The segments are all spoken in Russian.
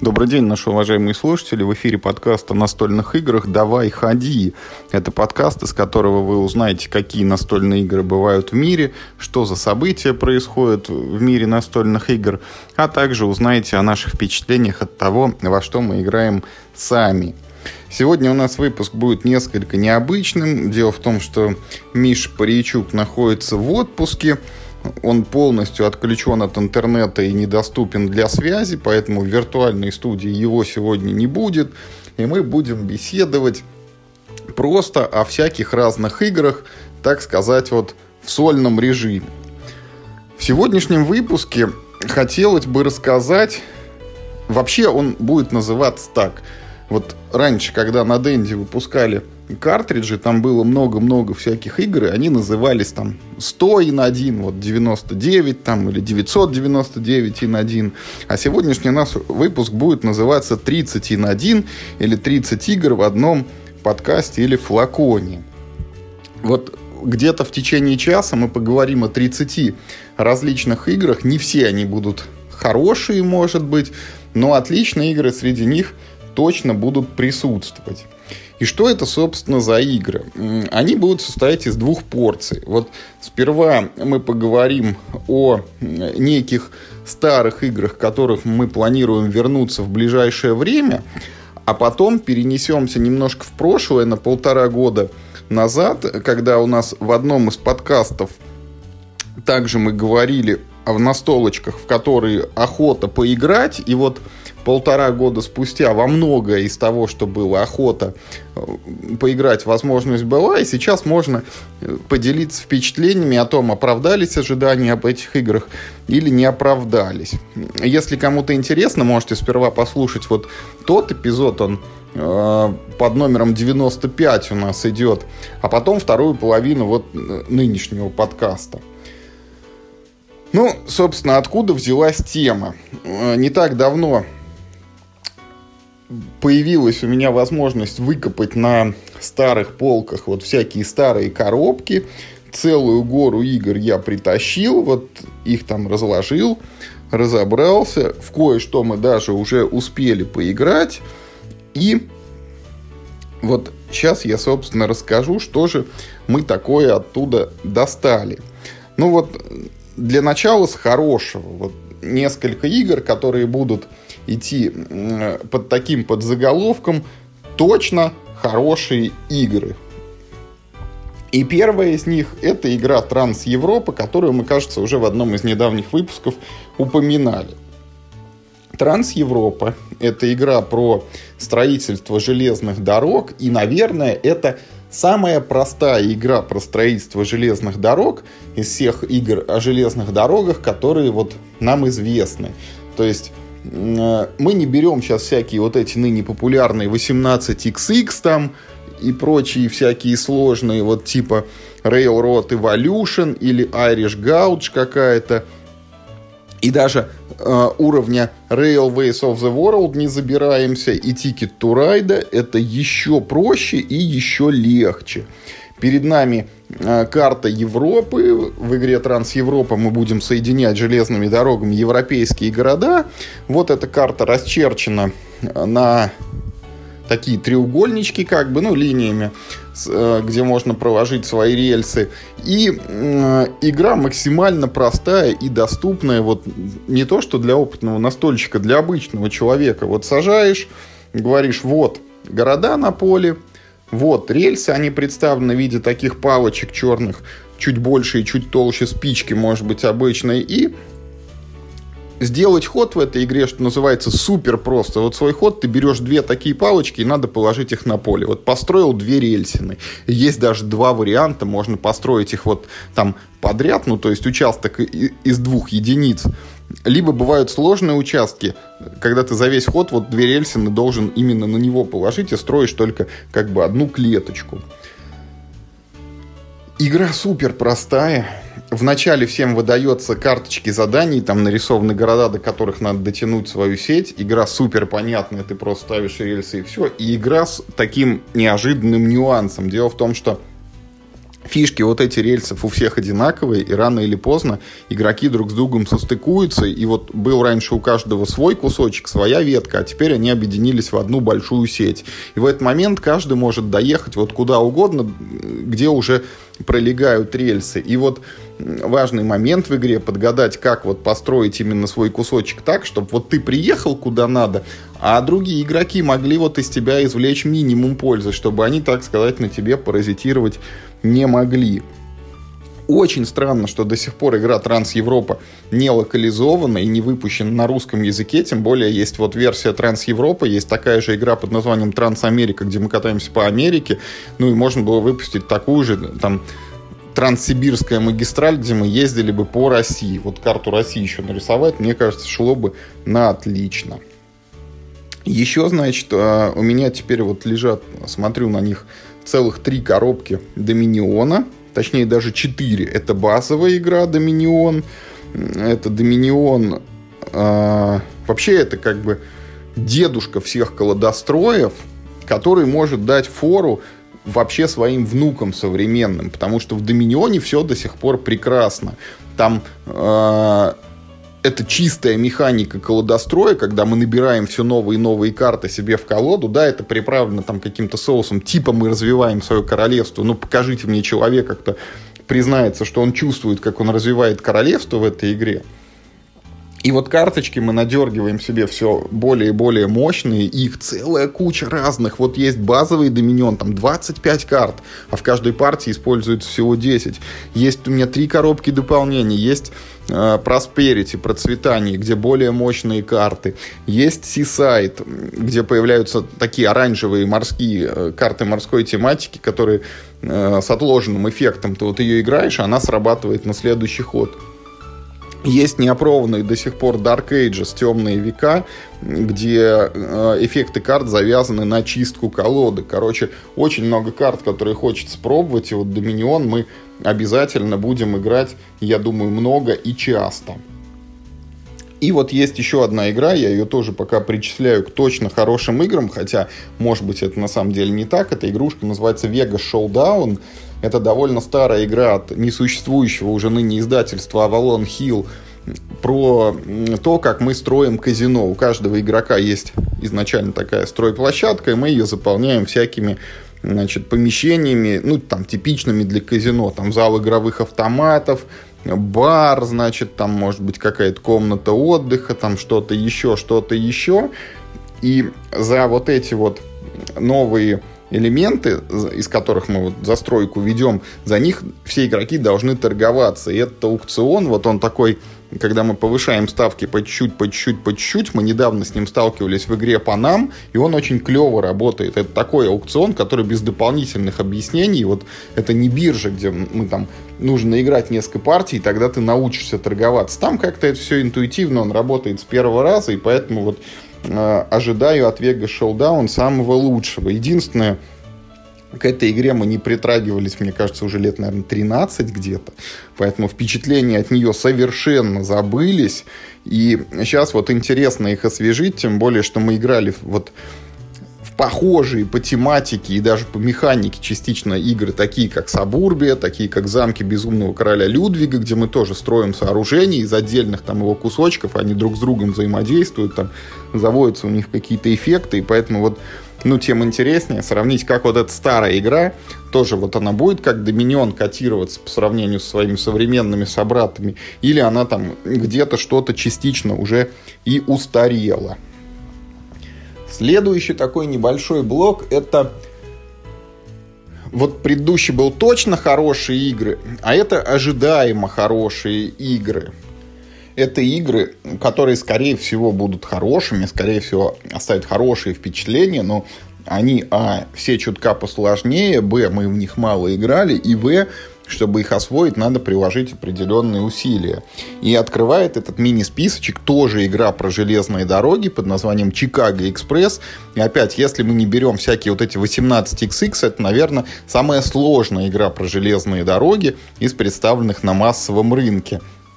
Добрый день, наши уважаемые слушатели. В эфире подкаст о настольных играх «Давай, ходи». Это подкаст, из которого вы узнаете, какие настольные игры бывают в мире, что за события происходят в мире настольных игр, а также узнаете о наших впечатлениях от того, во что мы играем сами. Сегодня у нас выпуск будет несколько необычным. Дело в том, что Миша Паричук находится в отпуске. Он полностью отключен от интернета и недоступен для связи, поэтому в виртуальной студии его сегодня не будет. И мы будем беседовать просто о всяких разных играх, так сказать, вот в сольном режиме. В сегодняшнем выпуске хотелось бы рассказать... Вообще он будет называться так. Вот раньше, когда на Денде выпускали картриджи, там было много-много всяких игр, и они назывались там 100 in 1, вот 99 там, или 999 in 1. А сегодняшний наш выпуск будет называться 30 in 1 или 30 игр в одном подкасте или флаконе. Вот где-то в течение часа мы поговорим о 30 различных играх. Не все они будут хорошие, может быть, но отличные игры среди них точно будут присутствовать. И что это, собственно, за игры? Они будут состоять из двух порций. Вот сперва мы поговорим о неких старых играх, к которым мы планируем вернуться в ближайшее время, а потом перенесемся немножко в прошлое, на 1,5 года назад, когда у нас в одном из подкастов также мы говорили о настолочках, в которые охота поиграть, и вот 1,5 года спустя во многое из того, что было охота поиграть, возможность была, и сейчас можно поделиться впечатлениями о том, оправдались ожидания об этих играх или не оправдались. Если кому-то интересно, можете сперва послушать вот тот эпизод, он под номером 95 у нас идет, а потом вторую половину вот нынешнего подкаста. Ну, собственно, откуда взялась тема? Не так давно появилась у меня возможность выкопать на старых полках вот всякие старые коробки. Целую гору игр я притащил, вот их там разложил, разобрался. В кое-что мы даже уже успели поиграть. И вот сейчас я, собственно, расскажу, что же мы такое оттуда достали. Ну вот, для начала с хорошего. Вот несколько игр, которые будут идти под таким подзаголовком «Точно хорошие игры». И первая из них – это игра Транс Европа, которую мы, кажется, уже в одном из недавних выпусков упоминали. Транс Европа – это игра про строительство железных дорог, и, наверное, это самая простая игра про строительство железных дорог из всех игр о железных дорогах, которые вот нам известны. То есть мы не берем сейчас всякие вот эти ныне популярные 18XX там и прочие всякие сложные, вот типа Railroad Evolution или Irish Gouge какая-то. И даже уровня Railways of the World не забираемся. И Ticket to Ride это еще проще и еще легче. Перед нами карта Европы. В игре Транс Европа мы будем соединять железными дорогами европейские города. Вот эта карта расчерчена на такие треугольнички, как бы, ну, линиями, где можно проложить свои рельсы. И игра максимально простая и доступная. Вот не то, что для опытного настольщика, для обычного человека. Вот сажаешь, говоришь, вот города на поле, вот рельсы, они представлены в виде таких палочек черных, чуть больше и чуть толще спички, может быть, обычной. И сделать ход в этой игре, что называется, супер просто. Вот свой ход ты берешь 2 такие палочки, и надо положить их на поле. Вот построил 2 рельсины. Есть даже 2 варианта. Можно построить их вот там подряд, ну, то есть участок из 2 единиц. Либо бывают сложные участки, когда ты за весь ход вот 2 рельсины должен именно на него положить и строишь только как бы одну клеточку. Игра супер простая. Вначале всем выдается карточки заданий, там нарисованы города, до которых надо дотянуть свою сеть. Игра супер понятная, ты просто ставишь рельсы и все. И игра с таким неожиданным нюансом. Дело в том, что фишки вот эти рельсов у всех одинаковые, и рано или поздно игроки друг с другом состыкуются, и вот был раньше у каждого свой кусочек, своя ветка, а теперь они объединились в одну большую сеть. И в этот момент каждый может доехать вот куда угодно, где уже пролегают рельсы. И вот важный момент в игре — подгадать, как вот построить именно свой кусочек так, чтобы вот ты приехал куда надо, а другие игроки могли вот из тебя извлечь минимум пользы, чтобы они, так сказать, на тебе паразитировать не могли. Очень странно, что до сих пор игра Транс-Европа не локализована и не выпущена на русском языке, тем более есть вот версия Транс-Европа, есть такая же игра под названием Транс-Америка, где мы катаемся по Америке, ну и можно было выпустить такую же, там, Транссибирская магистраль, где мы ездили бы по России. Вот карту России еще нарисовать, мне кажется, шло бы на отлично. Еще, значит, у меня теперь вот лежат, смотрю на них, целых 3 коробки Доминиона, точнее даже 4. Это базовая игра Доминион. Это Доминион, вообще это как бы дедушка всех колодостроев, который может дать фору вообще своим внукам современным, потому что в Доминионе все до сих пор прекрасно. Там это чистая механика колодостроя, когда мы набираем все новые и новые карты себе в колоду, да, это приправлено там каким-то соусом, типа мы развиваем свое королевство, ну покажите мне человека, кто признается, что он чувствует, как он развивает королевство в этой игре. И вот карточки мы надергиваем себе все более и более мощные, их целая куча разных. Вот есть базовый Доминион, там 25 карт, а в каждой партии используется всего 10. Есть у меня 3 коробки дополнений, есть Prosperity, процветание, где более мощные карты. Есть Seaside, где появляются такие оранжевые морские карты морской тематики, которые с отложенным эффектом. Ты вот ее играешь, а она срабатывает на следующий ход. Есть неопробованный до сих пор Dark Ages, темные века, где эффекты карт завязаны на чистку колоды. Короче, очень много карт, которые хочется пробовать. И вот Доминион мы обязательно будем играть, я думаю, много и часто. И вот есть еще одна игра, я ее тоже пока причисляю к точно хорошим играм, хотя, может быть, это на самом деле не так. Эта игрушка называется Vegas Showdown. Это довольно старая игра от несуществующего уже ныне издательства Avalon Hill про то, как мы строим казино. У каждого игрока есть изначально такая стройплощадка, и мы ее заполняем всякими, значит, помещениями, ну, там, типичными для казино. Там зал игровых автоматов, бар, значит, там может быть какая-то комната отдыха, там что-то еще, что-то еще. И за вот эти вот новые элементы, из которых мы вот застройку ведем, за них все игроки должны торговаться. И этот аукцион, вот он такой, когда мы повышаем ставки по чуть-чуть, мы недавно с ним сталкивались в игре Panam, и он очень клево работает. Это такой аукцион, который без дополнительных объяснений, вот это не биржа, где мы там нужно играть несколько партий, и тогда ты научишься торговаться. Там как-то это все интуитивно, он работает с первого раза, и поэтому вот ожидаю от Vegas Showdown самого лучшего. Единственное, к этой игре мы не притрагивались, мне кажется, уже лет, наверное, 13 где-то. Поэтому впечатления от нее совершенно забылись. И сейчас вот интересно их освежить, тем более, что мы играли вот в похожие по тематике и даже по механике частично игры, такие как Сабурбия, такие как Замки Безумного Короля Людвига, где мы тоже строим сооружения из отдельных там его кусочков, они друг с другом взаимодействуют, там заводятся у них какие-то эффекты, и поэтому вот, ну, тем интереснее сравнить, как вот эта старая игра, тоже вот она будет как Доминион котироваться по сравнению со своими современными собратами, или она там где-то что-то частично уже и устарела. Следующий такой небольшой блок — это вот предыдущий был точно хорошие игры, а это ожидаемо хорошие игры. Это игры, которые, скорее всего, будут хорошими, скорее всего, оставят хорошие впечатления, но они, все чутка посложнее, мы в них мало играли, и чтобы их освоить, надо приложить определенные усилия. И открывает этот мини-списочек тоже игра про железные дороги под названием Chicago Express. И опять, если мы не берем всякие вот эти 18XX, это, наверное, самая сложная игра про железные дороги из представленных на массовом рынке.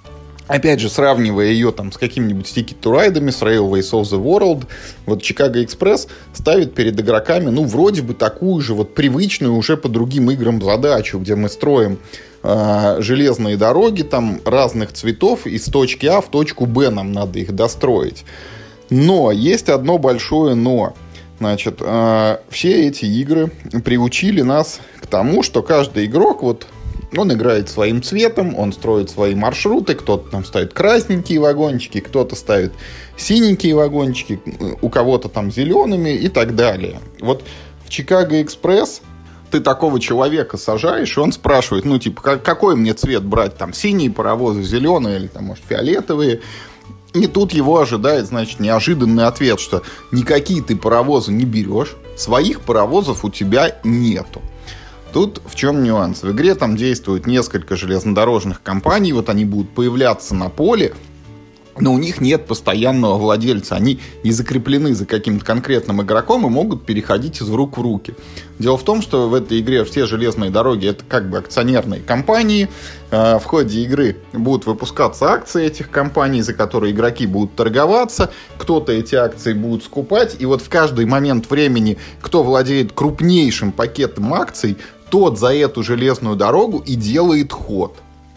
Опять же, сравнивая ее там с какими-нибудь Ticket to Ride'ами, с Railways of the World, вот Chicago Express ставит перед игроками, ну, вроде бы такую же вот привычную уже по другим играм задачу, где мы строим железные дороги там разных цветов, и с точки А в точку Б нам надо их достроить. Но есть одно большое но. Значит, все эти игры приучили нас к тому, что каждый игрок вот он играет своим цветом, он строит свои маршруты, кто-то там ставит красненькие вагончики, кто-то ставит синенькие вагончики, у кого-то там зелеными и так далее. Вот в Chicago Express ты такого человека сажаешь, и он спрашивает, ну, типа, какой мне цвет брать, там, синие паровозы, зеленые или, там, может, фиолетовые. И тут его ожидает, значит, неожиданный ответ, что никакие ты паровозы не берешь, своих паровозов у тебя нету. Тут в чем нюанс? В игре там действует несколько железнодорожных компаний, вот они будут появляться на поле, но у них нет постоянного владельца, они не закреплены за каким-то конкретным игроком и могут переходить из рук в руки. Дело в том, что в этой игре все железные дороги — это как бы акционерные компании, в ходе игры будут выпускаться акции этих компаний, за которые игроки будут торговаться, кто-то эти акции будет скупать, и вот в каждый момент времени, кто владеет крупнейшим пакетом акций, тот за эту железную дорогу и делает ход.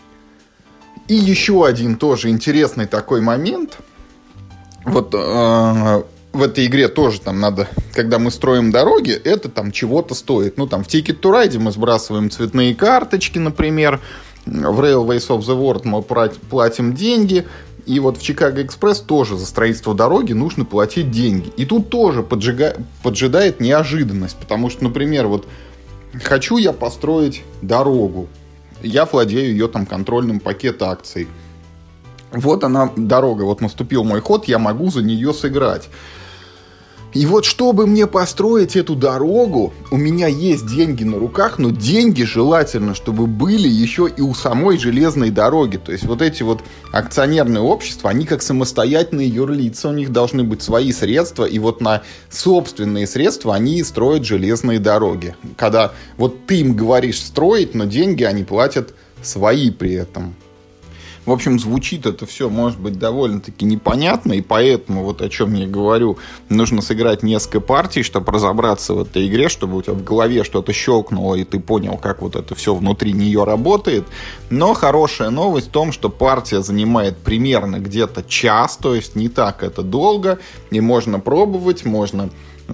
И еще один тоже интересный такой момент. Вот в этой игре тоже там надо, когда мы строим дороги, это там чего-то стоит. Ну, там в Ticket to Ride мы сбрасываем цветные карточки, например. В Railways of the World мы платим деньги. И вот в Chicago Express тоже за строительство дороги нужно платить деньги. И тут тоже поджидает неожиданность. Потому что, например, вот хочу я построить дорогу. Я владею ее там контрольным пакетом акций. Вот она, дорога, вот наступил мой ход, я могу за нее сыграть. И вот чтобы мне построить эту дорогу, у меня есть деньги на руках, но деньги желательно, чтобы были еще и у самой железной дороги. То есть вот эти вот акционерные общества, они как самостоятельные юрлица, у них должны быть свои средства, и вот на собственные средства они строят железные дороги. Когда вот ты им говоришь строить, но деньги они платят свои при этом. В общем, звучит это все, может быть, довольно-таки непонятно, и поэтому, вот о чем я говорю, нужно сыграть несколько партий, чтобы разобраться в этой игре, чтобы у тебя в голове что-то щелкнуло, и ты понял, как вот это все внутри нее работает. Но хорошая новость в том, что партия занимает примерно где-то час, то есть не так это долго, и можно пробовать, можно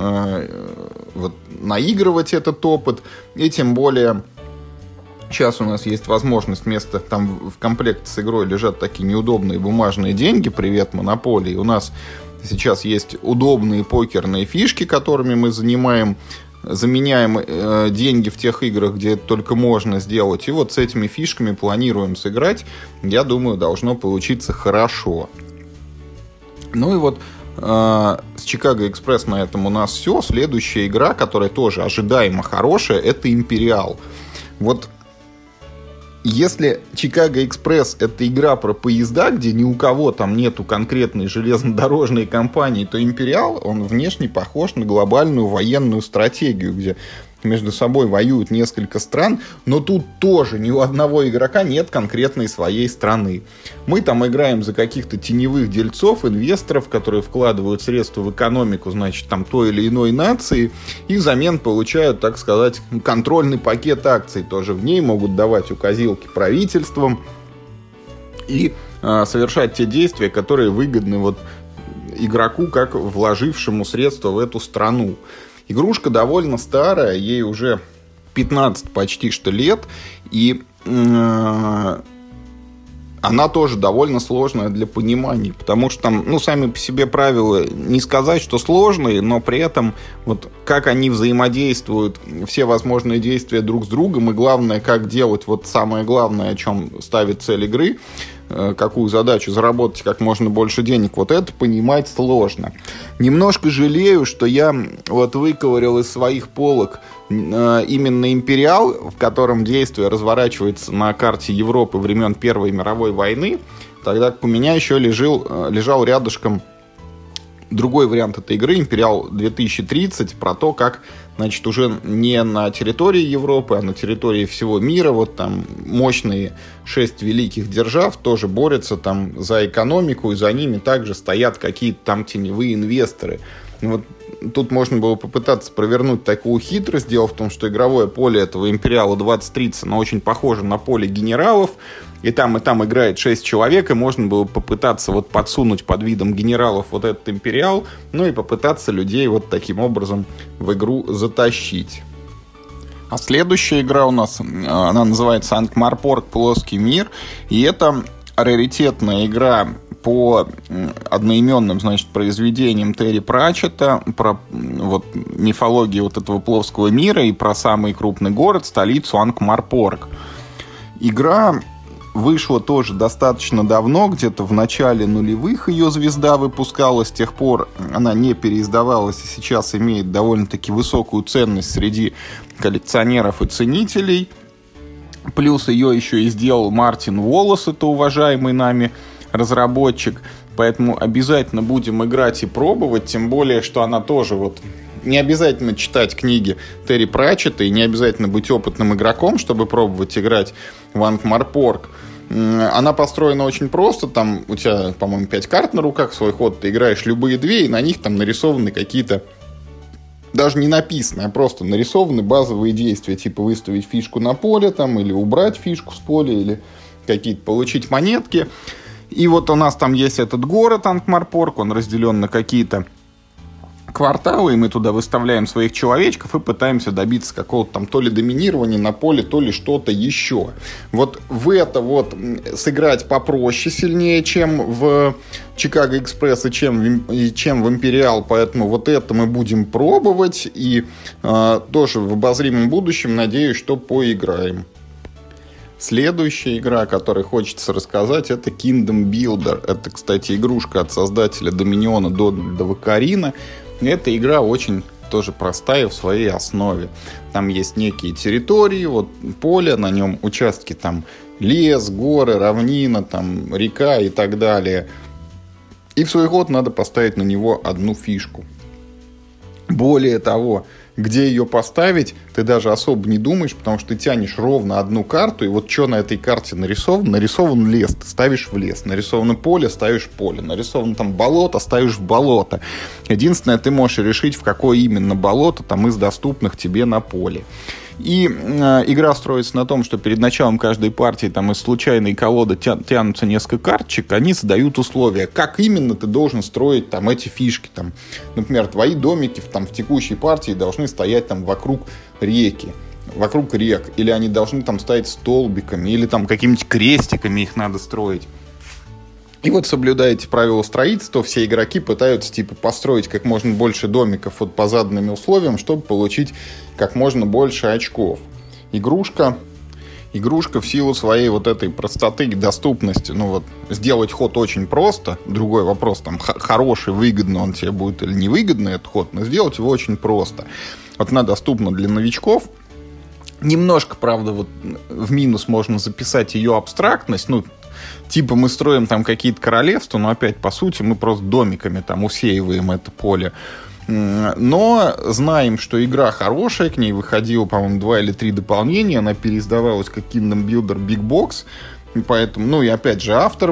вот, наигрывать этот опыт, и тем более... Сейчас у нас есть возможность, вместо там в комплекте с игрой лежат такие неудобные бумажные деньги, привет монополии. У нас сейчас есть удобные покерные фишки, которыми мы заменяем деньги в тех играх, где это только можно сделать. И вот с этими фишками планируем сыграть. Я думаю, должно получиться хорошо. Ну и вот с Chicago Express на этом у нас все. Следующая игра, которая тоже ожидаемо хорошая, это Imperial. Вот если Chicago Express — это игра про поезда, где ни у кого там нету конкретной железнодорожной компании, то Imperial, он внешне похож на глобальную военную стратегию, где между собой воюют несколько стран, но тут тоже ни у одного игрока нет конкретной своей страны. Мы там играем за каких-то теневых дельцов, инвесторов, которые вкладывают средства в экономику, значит, там той или иной нации, и взамен получают, так сказать, контрольный пакет акций. Тоже в ней могут давать указилки правительствам и совершать те действия, которые выгодны вот игроку, как вложившему средства в эту страну. Игрушка довольно старая, ей уже 15 почти что лет, и она тоже довольно сложная для понимания, потому что там, ну, сами по себе правила не сказать, что сложные, но при этом вот как они взаимодействуют, все возможные действия друг с другом, и главное, как делать, вот самое главное, о чем ставит цель игры, какую задачу заработать как можно больше денег, вот это понимать сложно. Немножко жалею, что я вот выковырял из своих полок именно Империал, в котором действие разворачивается на карте Европы времен Первой мировой войны, тогда как у меня еще лежал рядышком другой вариант этой игры, Империал 2030, про то, как значит, уже не на территории Европы, а на территории всего мира. Вот там мощные 6 великих держав тоже борются там за экономику, и за ними также стоят какие-то там теневые инвесторы. Вот тут можно было попытаться провернуть такую хитрость. Дело в том, что игровое поле этого Империала 2030, оно очень похоже на поле генералов. И там играет 6 человек, и можно было попытаться вот подсунуть под видом генералов вот этот Империал, ну и попытаться людей вот таким образом в игру затащить. А следующая игра у нас, она называется Анкмарпорг Плоский мир, и это раритетная игра по одноименным, значит, произведениям Терри Пратчетта про вот мифологию вот этого плоского мира и про самый крупный город, столицу Анкмарпорг. Игра вышла тоже достаточно давно, где-то в начале нулевых ее звезда выпускала, с тех пор она не переиздавалась и сейчас имеет довольно-таки высокую ценность среди коллекционеров и ценителей. Плюс ее еще и сделал Мартин Уоллес, это уважаемый нами разработчик, поэтому обязательно будем играть и пробовать, тем более, что она тоже вот... Не обязательно читать книги Терри Пратчетта и не обязательно быть опытным игроком, чтобы пробовать играть в Анкмарпорг. Она построена очень просто. Там у тебя, по-моему, 5 карт на руках, свой ход ты играешь любые 2, и на них там нарисованы какие-то, даже не написаны, а просто нарисованы базовые действия, типа выставить фишку на поле, там, или убрать фишку с поля, или какие-то получить монетки. И вот у нас там есть этот город Анкмарпорг, он разделен на какие-то кварталы, и мы туда выставляем своих человечков и пытаемся добиться какого-то там то ли доминирования на поле, то ли что-то еще. Вот в это вот сыграть попроще сильнее, чем в Чикаго Экспресс и чем в Империал, поэтому вот это мы будем пробовать, и тоже в обозримом будущем, надеюсь, что поиграем. Следующая игра, о которой хочется рассказать, это Kingdom Builder. Это, кстати, игрушка от создателя Доминиона Дональда Вакарина. Эта игра очень тоже простая в своей основе. Там есть некие территории, вот поле, на нем участки, там лес, горы, равнина, там река и так далее. И в свой ход надо поставить на него одну фишку. Более того, где ее поставить, ты даже особо не думаешь, потому что ты тянешь ровно одну карту, и вот что на этой карте нарисовано? Нарисован лес, ты ставишь в лес. Нарисовано поле, ставишь в поле. Нарисовано там болото, ставишь в болото. Единственное, ты можешь решить, в какое именно болото там из доступных тебе на поле. И игра строится на том, что перед началом каждой партии там из случайной колоды тянутся несколько карточек, они задают условия, как именно ты должен строить там эти фишки. Там, например, твои домики в текущей партии должны стоять там вокруг реки, вокруг рек, или они должны там стоять столбиками, или там какими-нибудь крестиками их надо строить. И вот, соблюдая эти правила строительства, все игроки пытаются построить как можно больше домиков вот по заданным условиям, чтобы получить как можно больше очков. Игрушка в силу своей вот этой простоты и доступности, сделать ход очень просто. Другой вопрос, там, хороший, выгодно он тебе будет или невыгодно этот ход, но сделать его очень просто. Вот она доступна для новичков. Немножко, правда, вот в минус можно записать ее абстрактность, мы строим там какие-то королевства, но опять, по сути, мы просто домиками там усеиваем это поле. Но знаем, что игра хорошая, к ней выходило, по-моему, 2 или 3 дополнения, она переиздавалась как Kingdom Builder Big Box, поэтому, и опять же, автор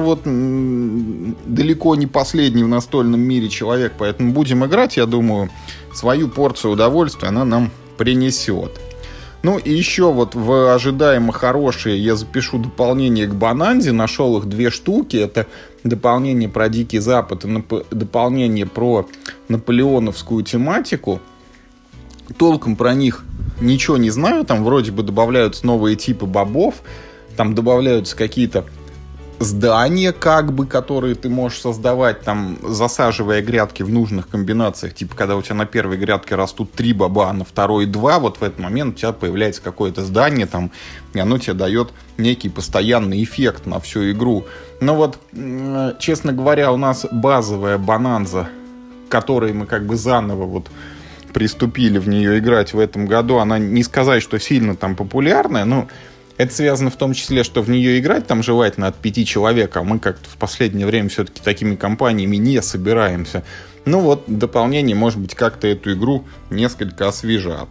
далеко не последний в настольном мире человек, поэтому будем играть, я думаю, свою порцию удовольствия она нам принесет. И еще в ожидаемо хорошие я запишу дополнение к Бонанзе. Нашел их 2 штуки. Это дополнение про Дикий Запад и дополнение про наполеоновскую тематику. Толком про них ничего не знаю. Там вроде бы добавляются новые типы бобов. Там добавляются какие-то здания, которые ты можешь создавать, там, засаживая грядки в нужных комбинациях. Когда у тебя на первой грядке растут 3 боба, а на второй 2, вот в этот момент у тебя появляется какое-то здание, там, и оно тебе дает некий постоянный эффект на всю игру. Но честно говоря, у нас базовая Бонанза, которой мы заново приступили в нее играть в этом году, она не сказать, что сильно там популярная, но Это связано в том числе, что в нее играть там желательно от 5 человек, а мы как-то в последнее время все-таки такими компаниями не собираемся. Ну вот, дополнение, может быть, как-то эту игру несколько освежат.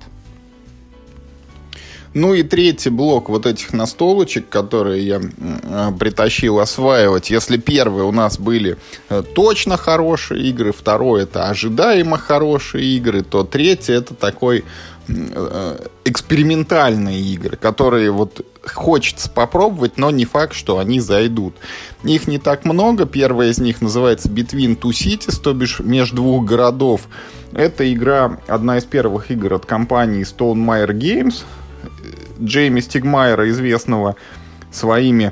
Ну и третий блок вот этих настолочек, которые я притащил осваивать. Если первые у нас были точно хорошие игры, второй это ожидаемо хорошие игры, то третий это такой экспериментальные игры, которые вот хочется попробовать, но не факт, что они зайдут. Их не так много. Первая из них называется Between Two Cities, то бишь между двух городов. Это игра, одна из первых игр от компании Stonemaier Games. Джейми Стигмайера, известного своими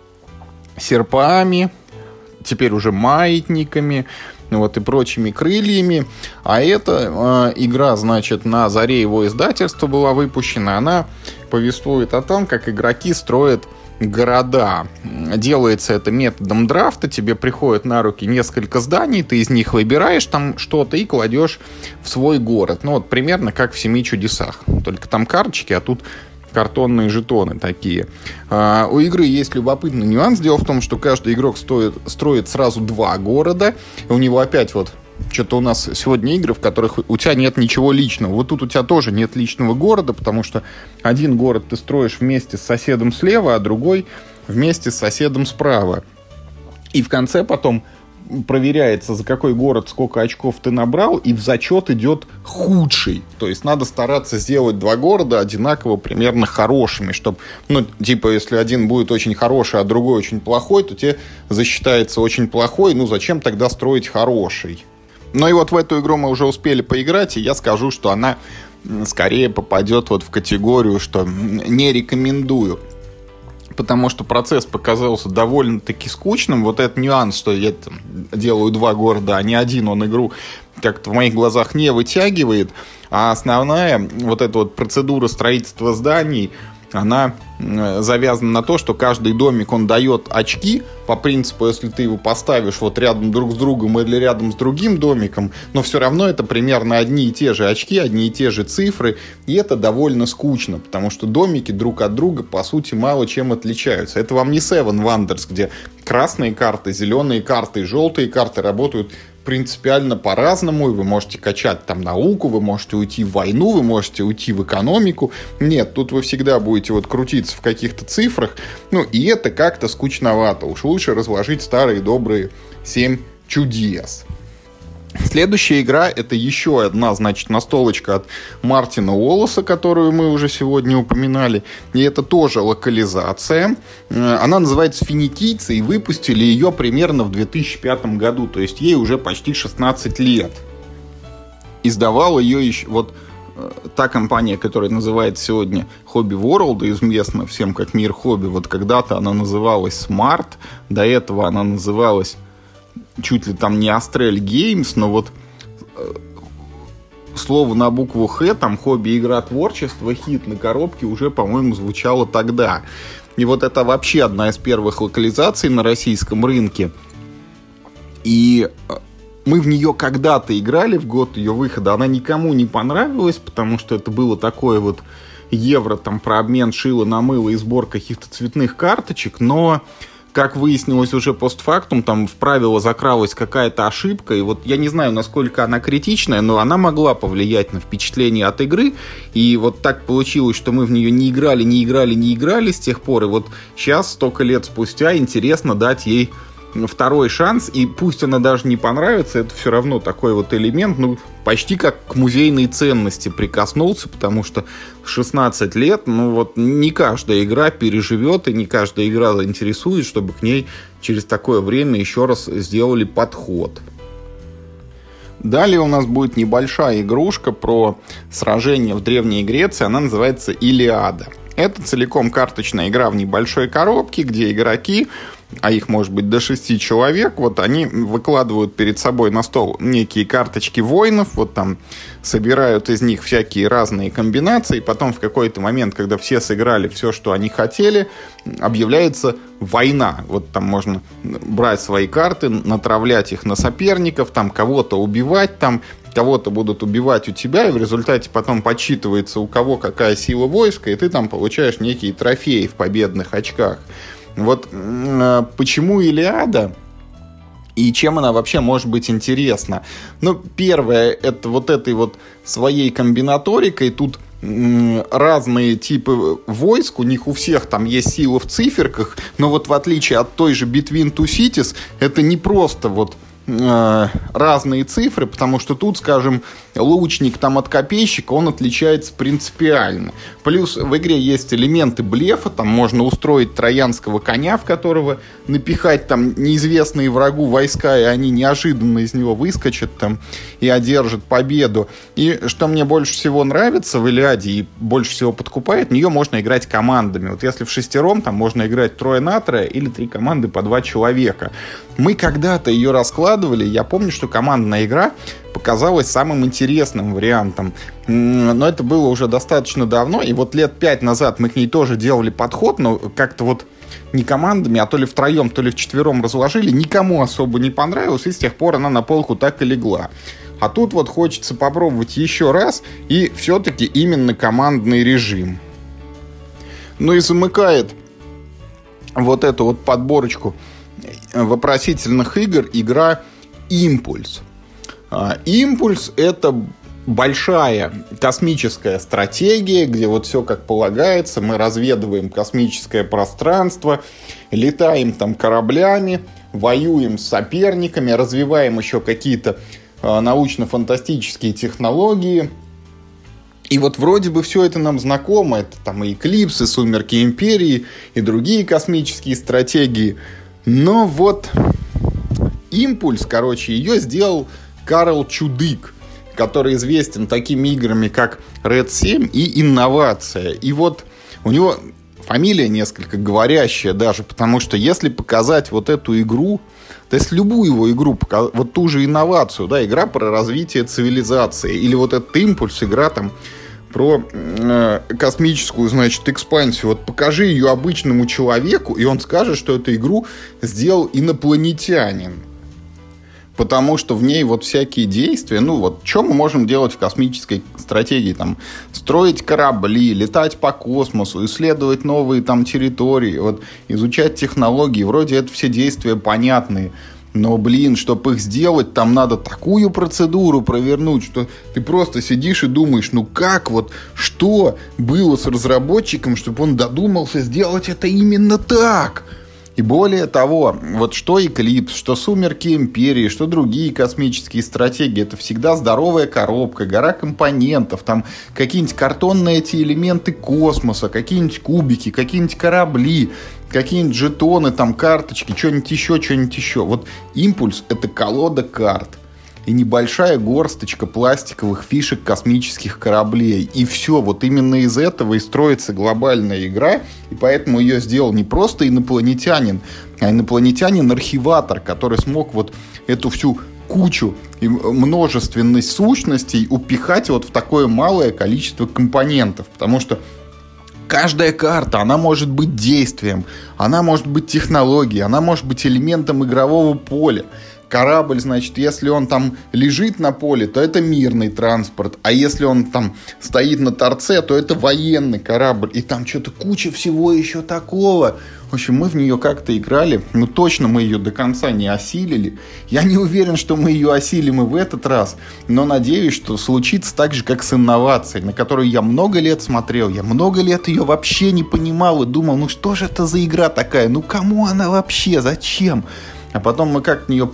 серпами, теперь уже маятниками, вот, и прочими крыльями. А эта игра, значит, на заре его издательства была выпущена. Она повествует о том, как игроки строят города. Делается это методом драфта. Тебе приходят на руки несколько зданий, ты из них выбираешь там что-то и кладешь в свой город. Ну вот примерно как в «Семи чудесах». Только там карточки, а тут картонные жетоны такие. У игры есть любопытный нюанс. Дело в том, что каждый игрок строит сразу 2 города. И у него опять вот что-то у нас сегодня игры, в которых у тебя нет ничего личного. Вот тут у тебя тоже нет личного города, потому что один город ты строишь вместе с соседом слева, а другой вместе с соседом справа. И в конце потом проверяется, за какой город сколько очков ты набрал, и в зачет идет худший. То есть надо стараться сделать 2 города одинаково примерно хорошими, чтобы, ну, типа, если один будет очень хороший, а другой очень плохой, то тебе засчитается очень плохой, ну, зачем тогда строить хороший? Ну, и вот в эту игру мы уже успели поиграть, и я скажу, что она скорее попадет вот в категорию, что не рекомендую. Потому что процесс показался довольно-таки скучным. Вот этот нюанс, что я делаю 2 города, а не один, он игру как-то в моих глазах не вытягивает. А основная вот эта вот процедура строительства зданий, она завязана на то, что каждый домик, он дает очки. По принципу, если ты его поставишь вот рядом друг с другом или рядом с другим домиком, но все равно это примерно одни и те же очки, одни и те же цифры. И это довольно скучно, потому что домики друг от друга, по сути, мало чем отличаются. Это вам не Seven Wonders, где красные карты, зеленые карты, желтые карты работают принципиально по-разному, и вы можете качать там науку, вы можете уйти в войну, вы можете уйти в экономику. Нет, тут вы всегда будете вот крутиться в каких-то цифрах, ну и это как-то скучновато. Уж лучше разложить старые добрые 7 чудес. Следующая игра — это еще одна, значит, настолочка от Мартина Уоллеса, которую мы уже сегодня упоминали. И это тоже локализация. Она называется «Финикийцы», и выпустили ее примерно в 2005 году. То есть ей уже почти 16 лет. Издавала ее еще вот та компания, которая называется сегодня Hobby World, известна всем как Мир Хобби. Вот когда-то она называлась Smart, до этого она называлась чуть ли там не Astrel Games, но вот слово на букву Х, там хобби, игра, творчество, хит на коробке уже, по-моему, звучало тогда. И вот это вообще одна из первых локализаций на российском рынке. И мы в нее когда-то играли в год ее выхода. Она никому не понравилась, потому что это было такое вот евро там про обмен шила на мыло и сбор каких-то цветных карточек, но как выяснилось уже постфактум, там в правило закралась какая-то ошибка, и вот я не знаю, насколько она критичная, но она могла повлиять на впечатление от игры, и вот так получилось, что мы в нее не играли с тех пор, и вот сейчас, столько лет спустя, интересно дать ей второй шанс, и пусть она даже не понравится, это все равно такой вот элемент, ну, почти как к музейной ценности прикоснулся, потому что в 16 лет, ну вот, не каждая игра переживет, и не каждая игра заинтересует, чтобы к ней через такое время еще раз сделали подход. Далее у нас будет небольшая игрушка про сражение в Древней Греции, она называется «Илиада». Это целиком карточная игра в небольшой коробке, где игроки а их может быть до 6 человек, вот они выкладывают перед собой на стол некие карточки воинов, вот там собирают из них всякие разные комбинации, потом в какой-то момент, когда все сыграли все, что они хотели, объявляется война. Вот там можно брать свои карты, натравлять их на соперников, там кого-то убивать, там кого-то будут убивать у тебя, и в результате потом подсчитывается, у кого какая сила войска, и ты там получаешь некие трофеи в победных очках. Вот почему Илиада и чем она вообще может быть интересна? Ну, первое, это вот этой вот своей комбинаторикой. Тут разные типы войск, у них у всех там есть сила в циферках, но вот в отличие от той же Between Two Cities, это не просто вот разные цифры, потому что тут, скажем, лучник там от копейщика, он отличается принципиально. Плюс в игре есть элементы блефа, там можно устроить троянского коня, в которого напихать там неизвестные врагу войска, и они неожиданно из него выскочат там и одержат победу. И что мне больше всего нравится в Илиаде и больше всего подкупает, в нее можно играть командами. Вот если в шестером, там можно играть 3 на 3 или 3 команды по 2 человека. Мы когда-то ее раскладывали, я помню, что командная игра показалась самым интересным вариантом. Но это было уже достаточно давно, и вот лет 5 назад мы к ней тоже делали подход, но как-то вот не командами, а то ли втроем, то ли вчетвером разложили, никому особо не понравилось, и с тех пор она на полку так и легла. А тут вот хочется попробовать еще раз, и все-таки именно командный режим. Ну и замыкает вот эту вот подборочку вопросительных игр игра «Импульс». «Импульс» — это большая космическая стратегия, где вот все как полагается. Мы разведываем космическое пространство, летаем там кораблями, воюем с соперниками, развиваем еще какие-то научно-фантастические технологии. И вот вроде бы все это нам знакомо. Это там и «Эклипс», и «Сумерки Империи», и другие космические стратегии. Но вот «Импульс», короче, ее сделал Карл Чудык, который известен такими играми, как Red 7 и «Инновация». И вот у него фамилия несколько говорящая даже, потому что если показать вот эту игру, то есть любую его игру, вот ту же «Инновацию», да, игра про развитие цивилизации, или вот этот «Импульс», игра там про космическую, значит, экспансию. Вот покажи ее обычному человеку, и он скажет, что эту игру сделал инопланетянин. Потому что в ней вот всякие действия, ну вот, что мы можем делать в космической стратегии? Там, строить корабли, летать по космосу, исследовать новые там территории, вот, изучать технологии. Вроде это все действия понятные. Но, блин, чтобы их сделать, там надо такую процедуру провернуть, что ты просто сидишь и думаешь, ну как вот, что было с разработчиком, чтобы он додумался сделать это именно так? И более того, вот что «Эклипс», что «Сумерки Империи», что другие космические стратегии, это всегда здоровая коробка, гора компонентов, там какие-нибудь картонные эти элементы космоса, какие-нибудь кубики, какие-нибудь корабли, какие-нибудь жетоны, там карточки, что-нибудь еще. Вот «Импульс» — это колода карт и небольшая горсточка пластиковых фишек космических кораблей. И все, вот именно из этого и строится глобальная игра, и поэтому ее сделал не просто инопланетянин, а инопланетянин-архиватор, который смог вот эту всю кучу и множественность сущностей упихать вот в такое малое количество компонентов, потому что каждая карта, она может быть действием, она может быть технологией, она может быть элементом игрового поля. Корабль, значит, если он там лежит на поле, то это мирный транспорт. А если он там стоит на торце, то это военный корабль. И там что-то куча всего еще такого. В общем, мы в нее как-то играли. Ну, точно мы ее до конца не осилили. Я не уверен, что мы ее осилим и в этот раз. Но надеюсь, что случится так же, как с «Инновацией», на которую я много лет смотрел. Я много лет ее вообще не понимал и думал, ну что же это за игра такая? Ну кому она вообще? Зачем? А потом мы как в нее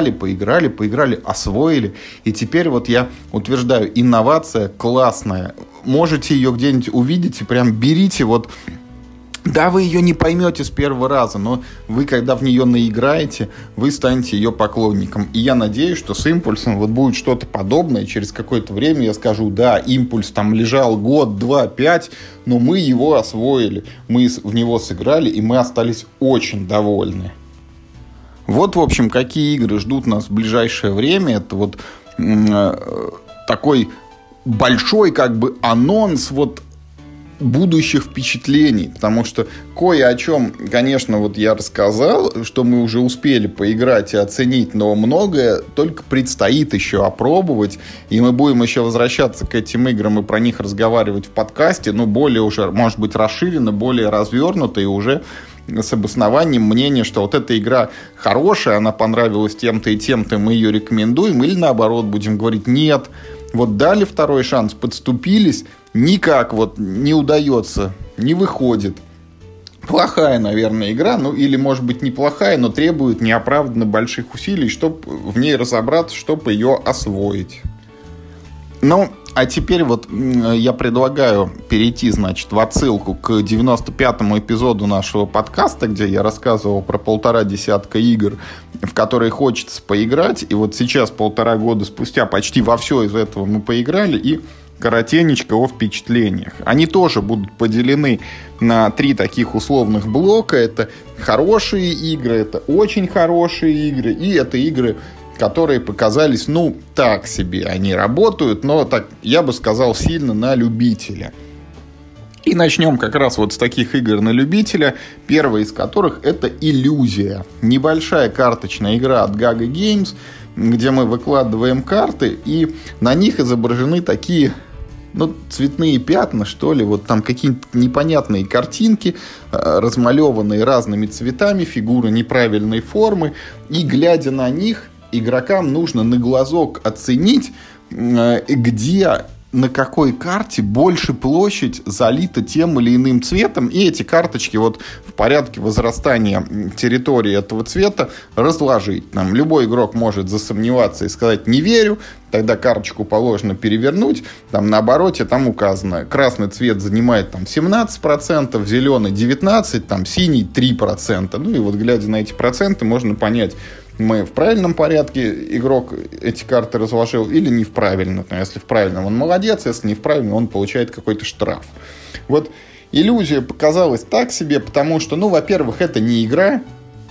поиграли, освоили. И теперь вот я утверждаю, «Инновация» классная. Можете ее где-нибудь увидеть и прям берите вот. Да, вы ее не поймете с первого раза, но вы, когда в нее наиграете, вы станете ее поклонником. И я надеюсь, что с «Импульсом» вот будет что-то подобное. Через какое-то время я скажу, да, «Импульс» там лежал год, 2, 5, но мы его освоили. Мы в него сыграли, и мы остались очень довольны. Вот, в общем, какие игры ждут нас в ближайшее время. Это вот такой большой как бы анонс вот будущих впечатлений, потому что кое о чем, конечно, вот я рассказал, что мы уже успели поиграть и оценить, но многое только предстоит еще опробовать, и мы будем еще возвращаться к этим играм и про них разговаривать в подкасте, но более уже, может быть, расширенно, более развернуто и уже с обоснованием мнения, что вот эта игра хорошая, она понравилась тем-то и тем-то, мы ее рекомендуем, или наоборот будем говорить нет, вот дали второй шанс, подступились, никак вот не удается, не выходит. Плохая, наверное, игра, ну или, может быть, неплохая, но требует неоправданно больших усилий, чтобы в ней разобраться, чтобы ее освоить. Ну, а теперь вот я предлагаю перейти, значит, в отсылку к 95-му эпизоду нашего подкаста, где я рассказывал про 1,5 десятка игр, в которые хочется поиграть. И вот сейчас, 1,5 года спустя, почти во все из этого мы поиграли. И коротенечко о впечатлениях. Они тоже будут поделены на 3 таких условных блока. Это хорошие игры, это очень хорошие игры, и это игры, которые показались, ну, так себе. Они работают, но, так, я бы сказал, сильно на любителя. И начнем как раз вот с таких игр на любителя, первая из которых это «Иллюзия». Небольшая карточная игра от Gaga Games, где мы выкладываем карты, и на них изображены такие, ну, цветные пятна, что ли, вот там какие-то непонятные картинки, размалеванные разными цветами, фигуры неправильной формы, и, глядя на них, игрокам нужно на глазок оценить, где, на какой карте больше площадь залита тем или иным цветом, и эти карточки вот в порядке возрастания территории этого цвета разложить. Там любой игрок может засомневаться и сказать «не верю», тогда карточку положено перевернуть, там на обороте там указано, красный цвет занимает там 17%, зеленый 19%, там синий 3%. Ну и вот глядя на эти проценты, можно понять, мы в правильном порядке игрок эти карты разложил или не в правильном. Если в правильном, он молодец, если не в правильном, он получает какой-то штраф. Вот «Иллюзия» показалась так себе, потому что, ну, во-первых, это не игра.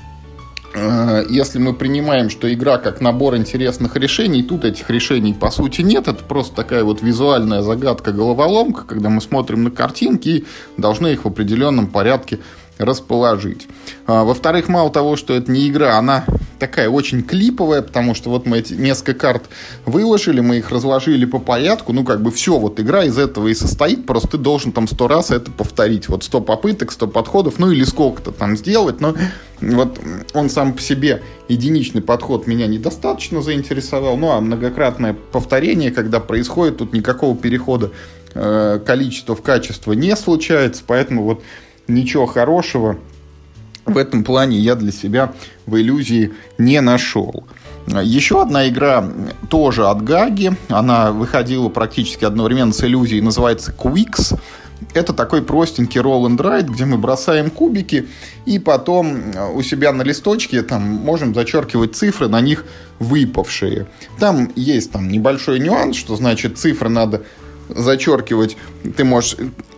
Если мы принимаем, что игра как набор интересных решений, тут этих решений по сути нет. Это просто такая вот визуальная загадка-головоломка, когда мы смотрим на картинки и должны их в определенном порядке расположить. Во-вторых, мало того, что это не игра, она такая очень клиповая, потому что вот мы эти несколько карт выложили, мы их разложили по порядку, ну как бы все, вот игра из этого и состоит, просто ты должен там 100 раз это повторить, вот 100 попыток, 100 подходов, ну или сколько-то там сделать, но вот он сам по себе, единичный подход меня недостаточно заинтересовал, ну а многократное повторение, когда происходит, тут никакого перехода количества в качество не случается, поэтому вот ничего хорошего в этом плане я для себя в «Иллюзии» не нашел. Еще одна игра тоже от Гаги. Она выходила практически одновременно с «Иллюзией», называется Quicks. Это такой простенький roll and write, где мы бросаем кубики и потом у себя на листочке там можем зачеркивать цифры, на них выпавшие. Там есть там небольшой нюанс, что значит цифры надо зачеркивать. Ты можешь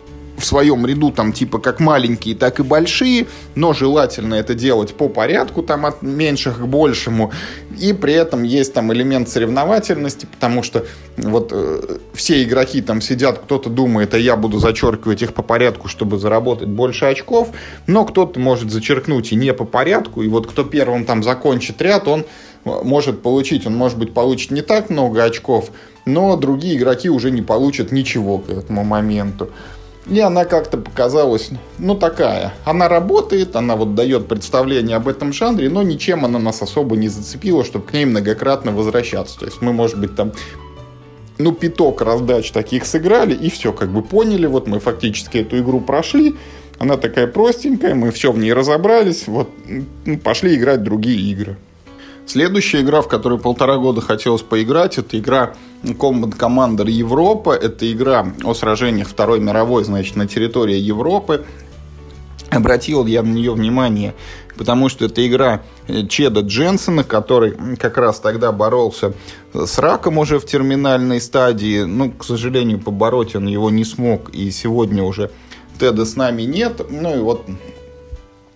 в своем ряду там типа как маленькие, так и большие, но желательно это делать по порядку, там от меньших к большему, и при этом есть там элемент соревновательности, потому что вот все игроки там сидят, кто-то думает, а я буду зачеркивать их по порядку, чтобы заработать больше очков, но кто-то может зачеркнуть и не по порядку, и вот кто первым там закончит ряд, он может получить, он может быть получит не так много очков, но другие игроки уже не получат ничего к этому моменту. И она как-то показалась, ну, такая. Она работает, она вот дает представление об этом жанре, но ничем она нас особо не зацепила, чтобы к ней многократно возвращаться. То есть мы, может быть, там, ну, пяток раздач таких сыграли, и все, как бы поняли, вот мы фактически эту игру прошли, она такая простенькая, мы все в ней разобрались, вот, пошли играть в другие игры. Следующая игра, в которую 1,5 года хотелось поиграть, это игра Combat Commander Европа. Это игра о сражениях Второй мировой, значит, на территории Европы. Обратил я на нее внимание, потому что это игра Чеда Дженсена, который как раз тогда боролся с раком уже в терминальной стадии. Ну, к сожалению, побороть он его не смог, и сегодня уже Теда с нами нет. Ну и вот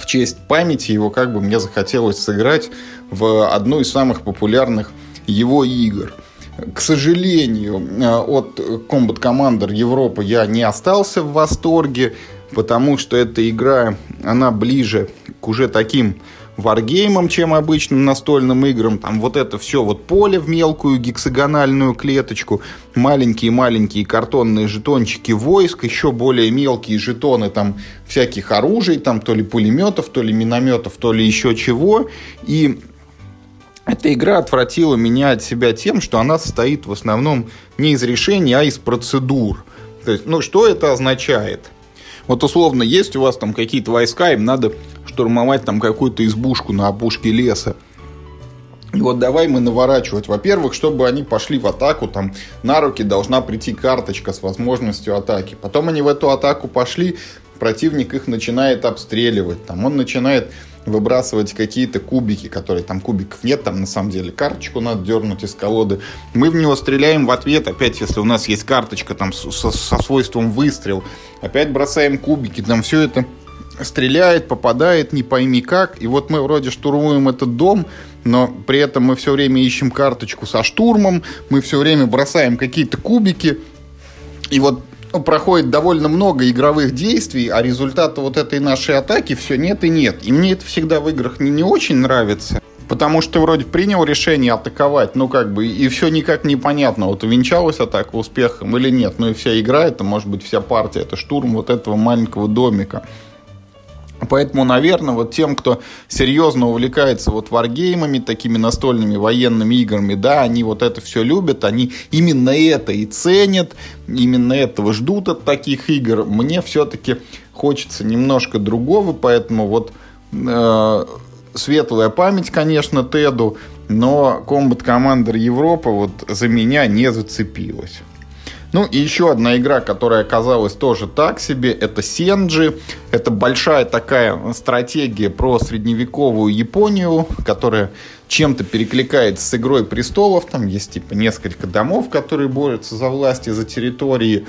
в честь памяти его как бы мне захотелось сыграть в одну из самых популярных его игр. К сожалению, от Combat Commander Европа я не остался в восторге, потому что эта игра, она ближе к уже таким варгеймам, чем обычным настольным играм. Там вот это все вот поле в мелкую гексагональную клеточку, маленькие-маленькие картонные жетончики войск, еще более мелкие жетоны там всяких оружий, там то ли пулеметов, то ли минометов, то ли еще чего. И эта игра отвратила меня от себя тем, что она состоит в основном не из решений, а из процедур. То есть, что это означает? Вот условно, есть у вас там какие-то войска, им надо штурмовать там какую-то избушку на опушке леса. И вот давай мы наворачивать. Во-первых, чтобы они пошли в атаку, там на руки должна прийти карточка с возможностью атаки. Потом они в эту атаку пошли, противник их начинает обстреливать. Там он начинает выбрасывать какие-то кубики, которые там кубиков нет, там на самом деле карточку надо дернуть из колоды. Мы в него стреляем в ответ, опять, если у нас есть карточка там со свойством выстрел, опять бросаем кубики, там все это стреляет, попадает, не пойми как. И вот мы вроде штурмуем этот дом, но при этом мы все время ищем карточку со штурмом, мы все время бросаем какие-то кубики, и вот проходит довольно много игровых действий, а результата вот этой нашей атаки все нет и нет. И мне это всегда в играх не очень нравится, потому что вроде принял решение атаковать, и все никак непонятно, вот увенчалась атака успехом или нет. И вся игра, это может быть вся партия, это штурм вот этого маленького домика. Поэтому, наверное, вот тем, кто серьезно увлекается вот варгеймами, такими настольными военными играми, да, они вот это все любят, они именно это и ценят, именно этого ждут от таких игр. Мне все-таки хочется немножко другого, поэтому вот светлая память, конечно, Теду, но Combat Commander Европа вот за меня не зацепилась. И еще одна игра, которая оказалась тоже так себе, это Сенджи. Это большая такая стратегия про средневековую Японию, которая чем-то перекликается с «Игрой престолов». Там есть несколько домов, которые борются за власть и за территории.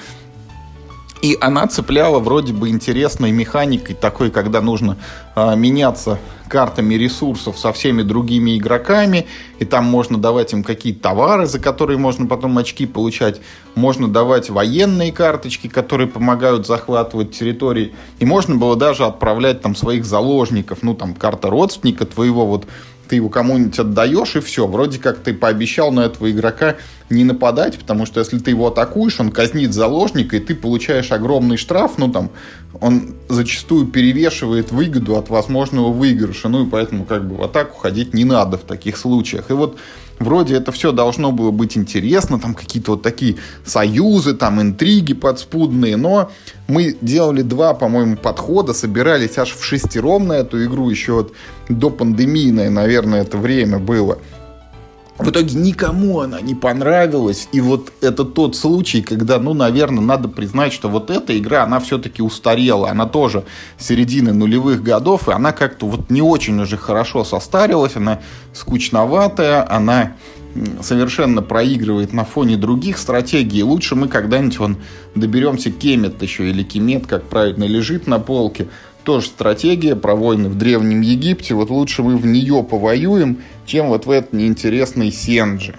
И она цепляла вроде бы интересной механикой, такой, когда нужно меняться картами ресурсов со всеми другими игроками, и там можно давать им какие-то товары, за которые можно потом очки получать, можно давать военные карточки, которые помогают захватывать территории, и можно было даже отправлять там своих заложников, карта родственника твоего, вот ты его кому-нибудь отдаешь, и все. Вроде как ты пообещал на этого игрока не нападать, потому что если ты его атакуешь, он казнит заложника, и ты получаешь огромный штраф, он зачастую перевешивает выгоду от возможного выигрыша, и поэтому в атаку ходить не надо в таких случаях. И вот вроде это все должно было быть интересно, там какие-то вот такие союзы, там интриги подспудные, но мы делали 2, по-моему, подхода, собирались аж в 6-ром на эту игру, еще вот до пандемийное, наверное, это время было. В итоге никому она не понравилась, и вот это тот случай, когда, наверное, надо признать, что вот эта игра, она все-таки устарела, она тоже середины нулевых годов, и она как-то вот не очень уже хорошо состарилась, она скучноватая, она совершенно проигрывает на фоне других стратегий. Лучше мы когда-нибудь доберемся Кемет еще, или Кемет, как правильно, лежит на полке. Тоже стратегия про войны в Древнем Египте. Вот лучше мы в нее повоюем, чем вот в этот неинтересный Сенджи.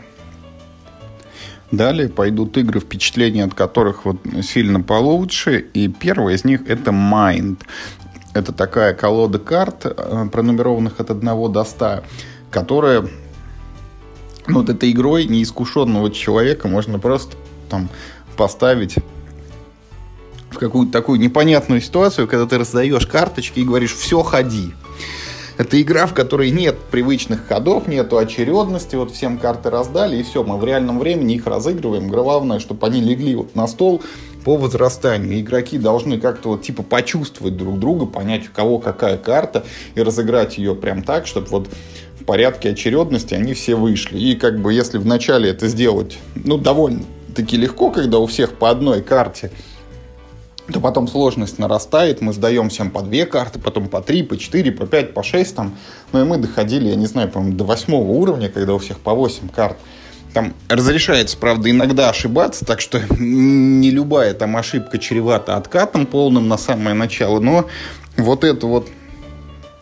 Далее пойдут игры, впечатления от которых вот сильно получше. И первая из них это Mind. Это такая колода карт, пронумерованных от 1 до 100, которая вот этой игрой неискушенного человека можно просто там поставить в какую-то такую непонятную ситуацию, когда ты раздаешь карточки и говоришь «все, ходи». Это игра, в которой нет привычных ходов, нету очередности, вот всем карты раздали, и все, мы в реальном времени их разыгрываем. Главное, чтобы они легли вот на стол по возрастанию. Игроки должны как-то вот типа почувствовать друг друга, понять, у кого какая карта, и разыграть ее прям так, чтобы вот в порядке очередности они все вышли. И если вначале это сделать, довольно-таки легко, когда у всех по одной карте, то потом сложность нарастает, мы сдаем всем по 2 карты, потом по 3, по 4, по 5, по 6 там. И мы доходили, я не знаю, по-моему, до 8 уровня, когда у всех по 8 карт. Там разрешается, правда, иногда ошибаться, так что не любая там ошибка чревата откатом полным на самое начало, но вот это вот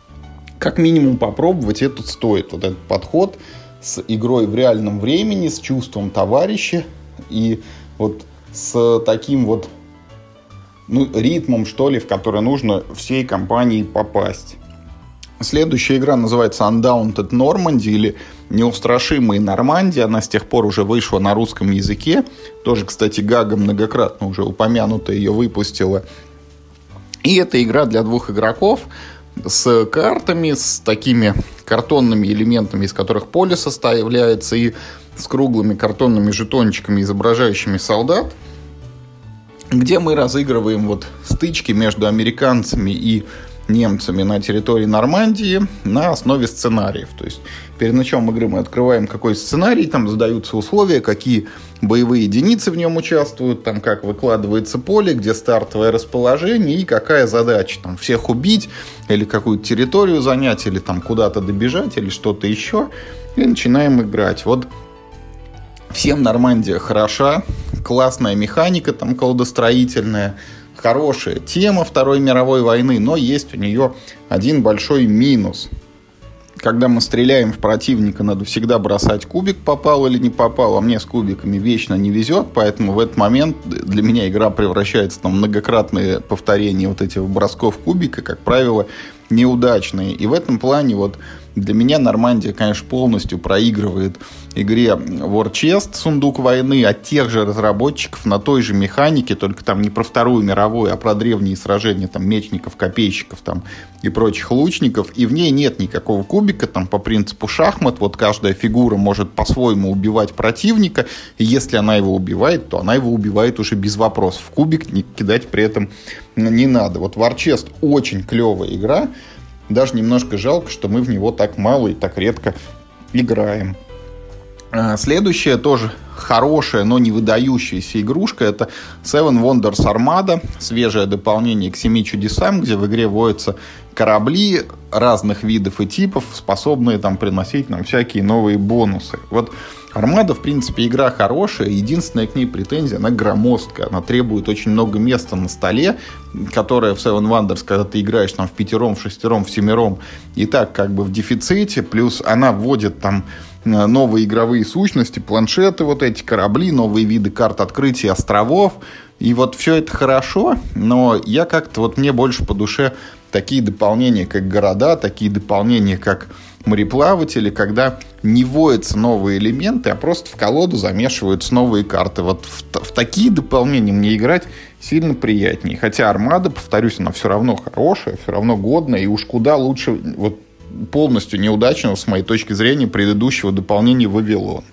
как минимум попробовать это стоит. Вот этот подход с игрой в реальном времени, с чувством товарища и вот с таким вот ритмом, что ли, в который нужно всей компании попасть. Следующая игра называется Undaunted Normandy или Неустрашимые Нормандии. Она с тех пор уже вышла на русском языке. Тоже, кстати, Гага многократно уже упомянуто ее выпустила. И это игра для 2 игроков с картами, с такими картонными элементами, из которых поле составляется, и с круглыми картонными жетончиками, изображающими солдат, где мы разыгрываем вот стычки между американцами и немцами на территории Нормандии на основе сценариев. То есть перед началом игры мы открываем какой сценарий, там задаются условия, какие боевые единицы в нем участвуют, там как выкладывается поле, где стартовое расположение и какая задача. Там всех убить, или какую-то территорию занять, или там куда-то добежать, или что-то еще. И начинаем играть. Вот всем Нормандия хороша, классная механика там колодостроительная, хорошая тема Второй мировой войны, но есть у нее один большой минус. Когда мы стреляем в противника, надо всегда бросать кубик, попал или не попал, а мне с кубиками вечно не везет, поэтому в этот момент для меня игра превращается в многократные повторения вот этих бросков кубика, как правило, неудачные. И в этом плане вот для меня Нормандия, конечно, полностью проигрывает игре War Chest, Сундук войны, от тех же разработчиков на той же механике, только там не про Вторую мировую, а про древние сражения там мечников, копейщиков там и прочих лучников. И в ней нет никакого кубика, там по принципу шахмат, вот каждая фигура может по-своему убивать противника, и если она его убивает, то она его убивает уже без вопросов. Кубик кидать при этом не надо. Вот War Chest очень клевая игра. Даже немножко жалко, что мы в него так мало и так редко играем. Следующая тоже хорошая, но не выдающаяся игрушка — это Seven Wonders Armada, свежее дополнение к 7 чудесам, где в игре водятся корабли разных видов и типов, способные там приносить нам всякие новые бонусы. Вот Армада, в принципе, игра хорошая. Единственная к ней претензия — она громоздкая. Она требует очень много места на столе, которое в Seven Wonders, когда ты играешь там в 5, в 6, в 7, и так как бы в дефиците. Плюс она вводит там новые игровые сущности, планшеты, вот эти корабли, новые виды карт открытия островов. И вот все это хорошо, но я как-то вот мне больше по душе такие дополнения, как города, такие дополнения, как мореплаватели, когда не вводятся новые элементы, а просто в колоду замешиваются новые карты. Вот в такие дополнения мне играть сильно приятнее. Хотя Армада, повторюсь, она все равно хорошая, все равно годная, и уж куда лучше вот полностью неудачного, с моей точки зрения, предыдущего дополнения Вавилон.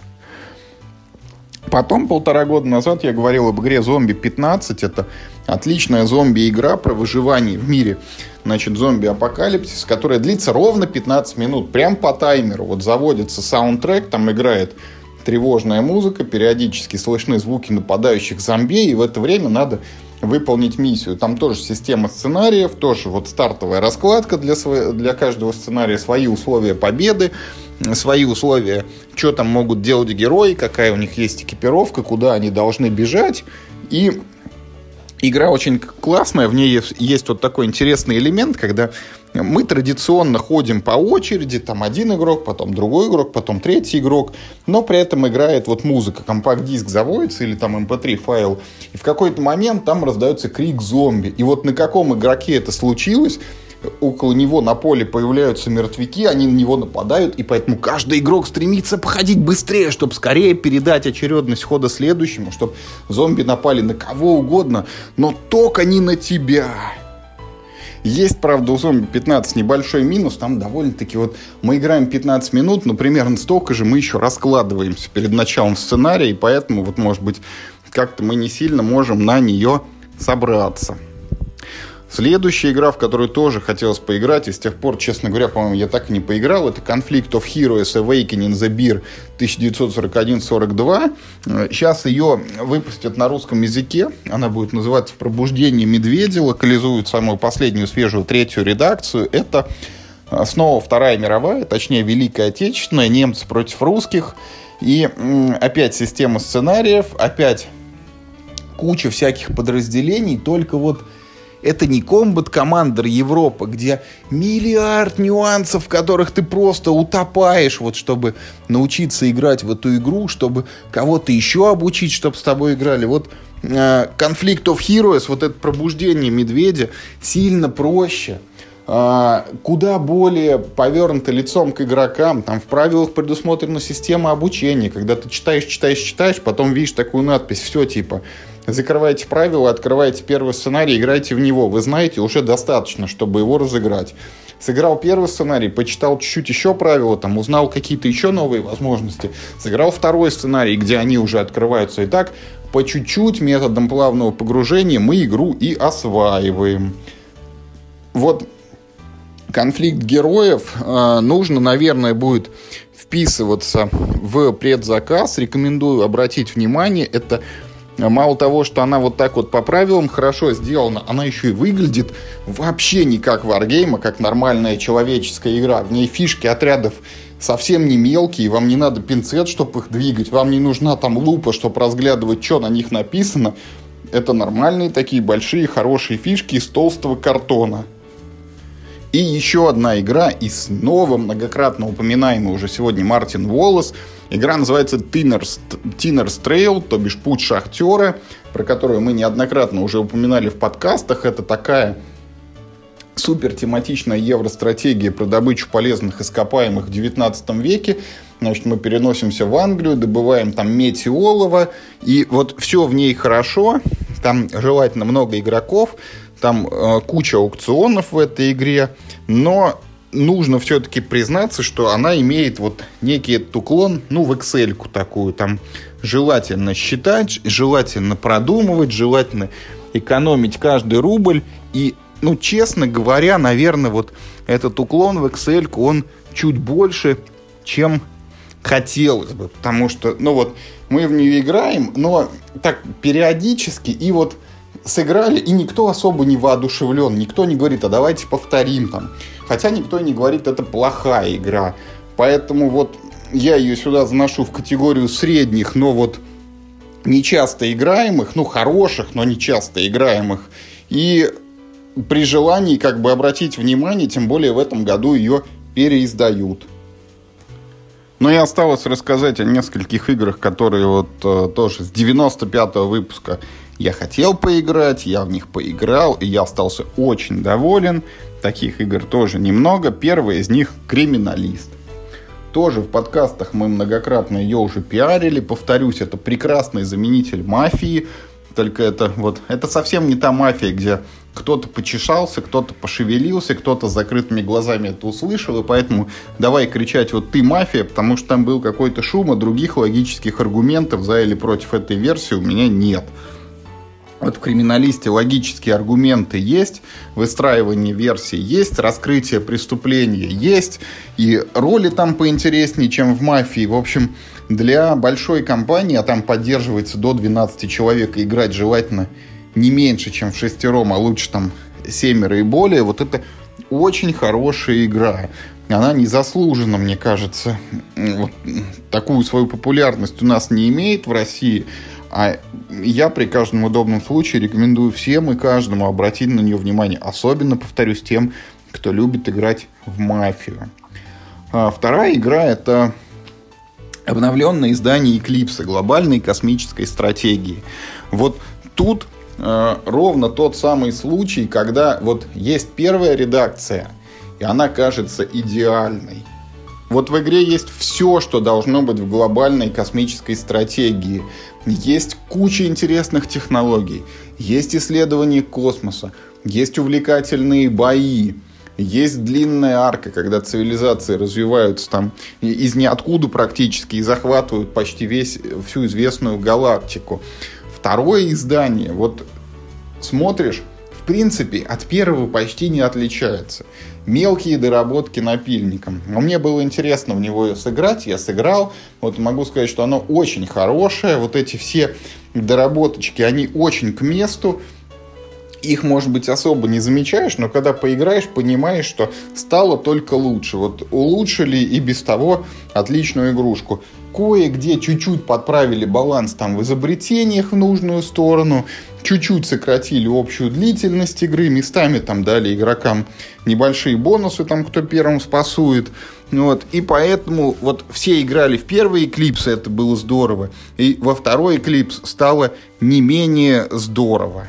Потом, 1,5 года назад, я говорил об игре Zombie 15. Это отличная зомби-игра про выживание в мире, значит, зомби-апокалипсис, которая длится ровно 15 минут. Прям по таймеру. Вот заводится саундтрек, там играет тревожная музыка, периодически слышны звуки нападающих зомби, и в это время надо выполнить миссию. Там тоже система сценариев, тоже вот стартовая раскладка для каждого сценария, свои условия победы, свои условия, что там могут делать герои, какая у них есть экипировка, куда они должны бежать. И игра очень классная, в ней есть вот такой интересный элемент, когда мы традиционно ходим по очереди, там один игрок, потом другой игрок, потом третий игрок, но при этом играет вот музыка, компакт-диск заводится или там MP3 файл, и в какой-то момент там раздается крик зомби. И вот на каком игроке это случилось, около него на поле появляются мертвяки, они на него нападают, и поэтому каждый игрок стремится походить быстрее, чтобы скорее передать очередность хода следующему, чтобы зомби напали на кого угодно, но только не на тебя. Есть, правда, у зомби 15 небольшой минус, там довольно-таки вот мы играем 15 минут, но примерно столько же мы еще раскладываемся перед началом сценария, и поэтому вот, может быть, как-то мы не сильно можем на нее собраться. Следующая игра, в которую тоже хотелось поиграть, и с тех пор, честно говоря, по-моему, я так и не поиграл, это Conflict of Heroes Awakening the Beer 1941-42. Сейчас ее выпустят на русском языке. Она будет называться «Пробуждение медведя», локализуют самую последнюю, свежую, 3-ю редакцию. Это снова Вторая мировая, точнее, Великая Отечественная, немцы против русских. И опять система сценариев, опять куча всяких подразделений, только вот Это не Combat Commander Европа, где миллиард нюансов, в которых ты просто утопаешь, вот, чтобы научиться играть в эту игру, чтобы кого-то еще обучить, чтобы с тобой играли. Вот Conflict of Heroes, вот это пробуждение медведя, сильно проще. Куда более повернуто лицом к игрокам. Там в правилах предусмотрена система обучения. Когда ты читаешь, потом видишь такую надпись. Все, типа, закрывайте правила, открывайте первый сценарий, играйте в него. Вы знаете, уже достаточно, чтобы его разыграть. Сыграл первый сценарий, почитал чуть-чуть еще правила, там, узнал какие-то еще новые возможности. Сыграл второй сценарий, где они уже открываются. И так, по чуть-чуть, методом плавного погружения, мы игру и осваиваем. Вот конфликт героев нужно, наверное, будет вписываться в предзаказ. Рекомендую обратить внимание. Это мало того, что она вот так вот по правилам хорошо сделана, она еще и выглядит вообще не как Wargame, а как нормальная человеческая игра. В ней фишки отрядов совсем не мелкие, вам не надо пинцет, чтобы их двигать, вам не нужна там лупа, чтобы разглядывать, что на них написано. Это нормальные такие большие хорошие фишки из толстого картона. И еще одна игра, и снова многократно упоминаемый уже сегодня Мартин Уоллес. Игра называется Tinner's Trail, то бишь Путь шахтера, про которую мы неоднократно уже упоминали в подкастах. Это такая супер тематичная евростратегия про добычу полезных ископаемых в 19 веке. Значит, мы переносимся в Англию, добываем там медь и олово, и вот все в ней хорошо. Там желательно много игроков. Там куча аукционов в этой игре, но нужно все-таки признаться, что она имеет вот некий этот уклон, в Excel-ку такую. Там желательно считать, желательно продумывать, желательно экономить каждый рубль. И, честно говоря, наверное, вот этот уклон в Excel-ку, он чуть больше, чем хотелось бы. Потому что, мы в нее играем, но так периодически, и вот сыграли, и никто особо не воодушевлен. Никто не говорит, а давайте повторим там. Хотя никто не говорит, это плохая игра. Поэтому вот я ее сюда заношу в категорию средних, но вот нечасто играемых, хороших, но нечасто играемых. И при желании обратить внимание, тем более в этом году ее переиздают. Но и осталось рассказать о нескольких играх, которые тоже с 95-го выпуска я хотел поиграть, я в них поиграл, и я остался очень доволен. Таких игр тоже немного. Первая из них — Криминалист. Тоже в подкастах мы многократно ее уже пиарили. Повторюсь, это прекрасный заменитель мафии. Только это совсем не та мафия, где кто-то почесался, кто-то пошевелился, кто-то с закрытыми глазами это услышал, и поэтому давай кричать «ты мафия», потому что там был какой-то шум, а других логических аргументов за или против этой версии у меня нет. Вот в «Криминалисте» логические аргументы есть, выстраивание версий есть, раскрытие преступления есть, и роли там поинтереснее, чем в «Мафии». В общем, для большой компании, а там поддерживается до 12 человек, и играть желательно не меньше, чем в 6, а лучше там 7 и более, вот это очень хорошая игра. Она незаслуженно, мне кажется, такую свою популярность у нас не имеет в России. А я при каждом удобном случае рекомендую всем и каждому обратить на нее внимание. Особенно, повторюсь, тем, кто любит играть в мафию. Вторая игра — это обновленное издание Эклипса, глобальной космической стратегии. Вот тут ровно тот самый случай, когда есть первая редакция, и она кажется идеальной. Вот в игре есть все, что должно быть в глобальной космической стратегии. Есть куча интересных технологий, есть исследования космоса, есть увлекательные бои, есть длинная арка, когда цивилизации развиваются там из ниоткуда практически и захватывают почти всю известную галактику. Второе издание, смотришь, в принципе, от первого почти не отличается. Мелкие доработки напильником. Но мне было интересно в него сыграть, я сыграл. Могу сказать, что оно очень хорошее. Эти все доработочки, они очень к месту. их, может быть, особо не замечаешь, но когда поиграешь, понимаешь, что стало только лучше. Вот улучшили и без того отличную игрушку. Кое-где чуть-чуть подправили баланс там в изобретениях в нужную сторону, чуть-чуть сократили общую длительность игры, местами там дали игрокам небольшие бонусы, там, кто первым спасует. Вот. И поэтому вот все играли в первый Eclipse, это было здорово, и во второй Eclipse стало не менее здорово.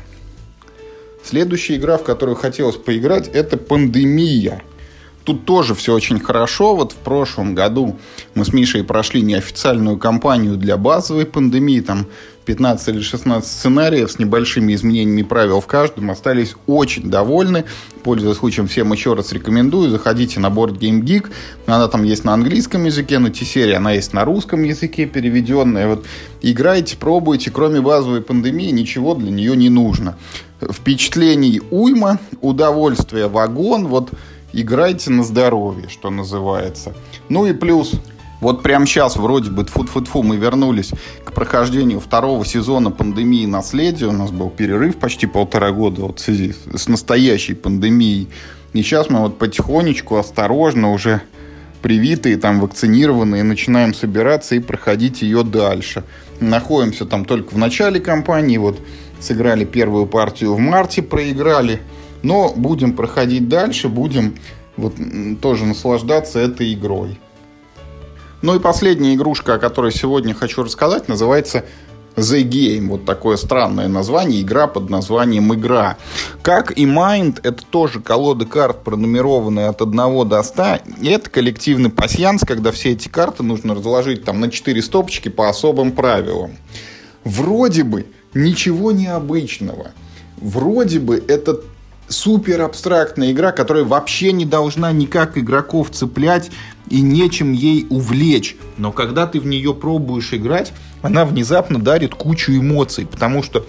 Следующая игра, в которую хотелось поиграть, это «Пандемия». Тут тоже все очень хорошо. Вот в прошлом году мы с Мишей прошли неофициальную кампанию для базовой «Пандемии». Там 15 или 16 сценариев с небольшими изменениями правил в каждом. Остались очень довольны. Пользуясь случаем, всем еще раз рекомендую. Заходите на Board Game Geek. Она там есть на английском языке, на T-серии она есть на русском языке переведенная. Вот играйте, пробуйте. Кроме базовой «Пандемии» ничего для нее не нужно. Впечатлений уйма, удовольствия вагон. Вот играйте на здоровье, что называется. Ну и плюс, вот прямо сейчас вроде бы тфу-тфу-тфу мы вернулись к прохождению второго сезона «Пандемии. Наследие». У нас был перерыв почти 1,5 года вот в связи с настоящей пандемией. И сейчас мы вот потихонечку, осторожно, уже привитые, там, вакцинированные, начинаем собираться и проходить ее дальше. Находимся там только в начале кампании. Вот сыграли первую партию в марте, проиграли. Но будем проходить дальше, будем вот тоже наслаждаться этой игрой. Ну и последняя игрушка, о которой сегодня хочу рассказать, называется The Game. Вот такое странное название, игра под названием «Игра». Как и Mind, это тоже колода карт, пронумерованная от 1 до 100. И это коллективный пасьянс, когда все эти карты нужно разложить там на 4 стопочки по особым правилам. Вроде бы ничего необычного. Вроде бы это супер абстрактная игра, которая вообще не должна никак игроков цеплять и нечем ей увлечь. Но когда ты в нее пробуешь играть, она внезапно дарит кучу эмоций, потому что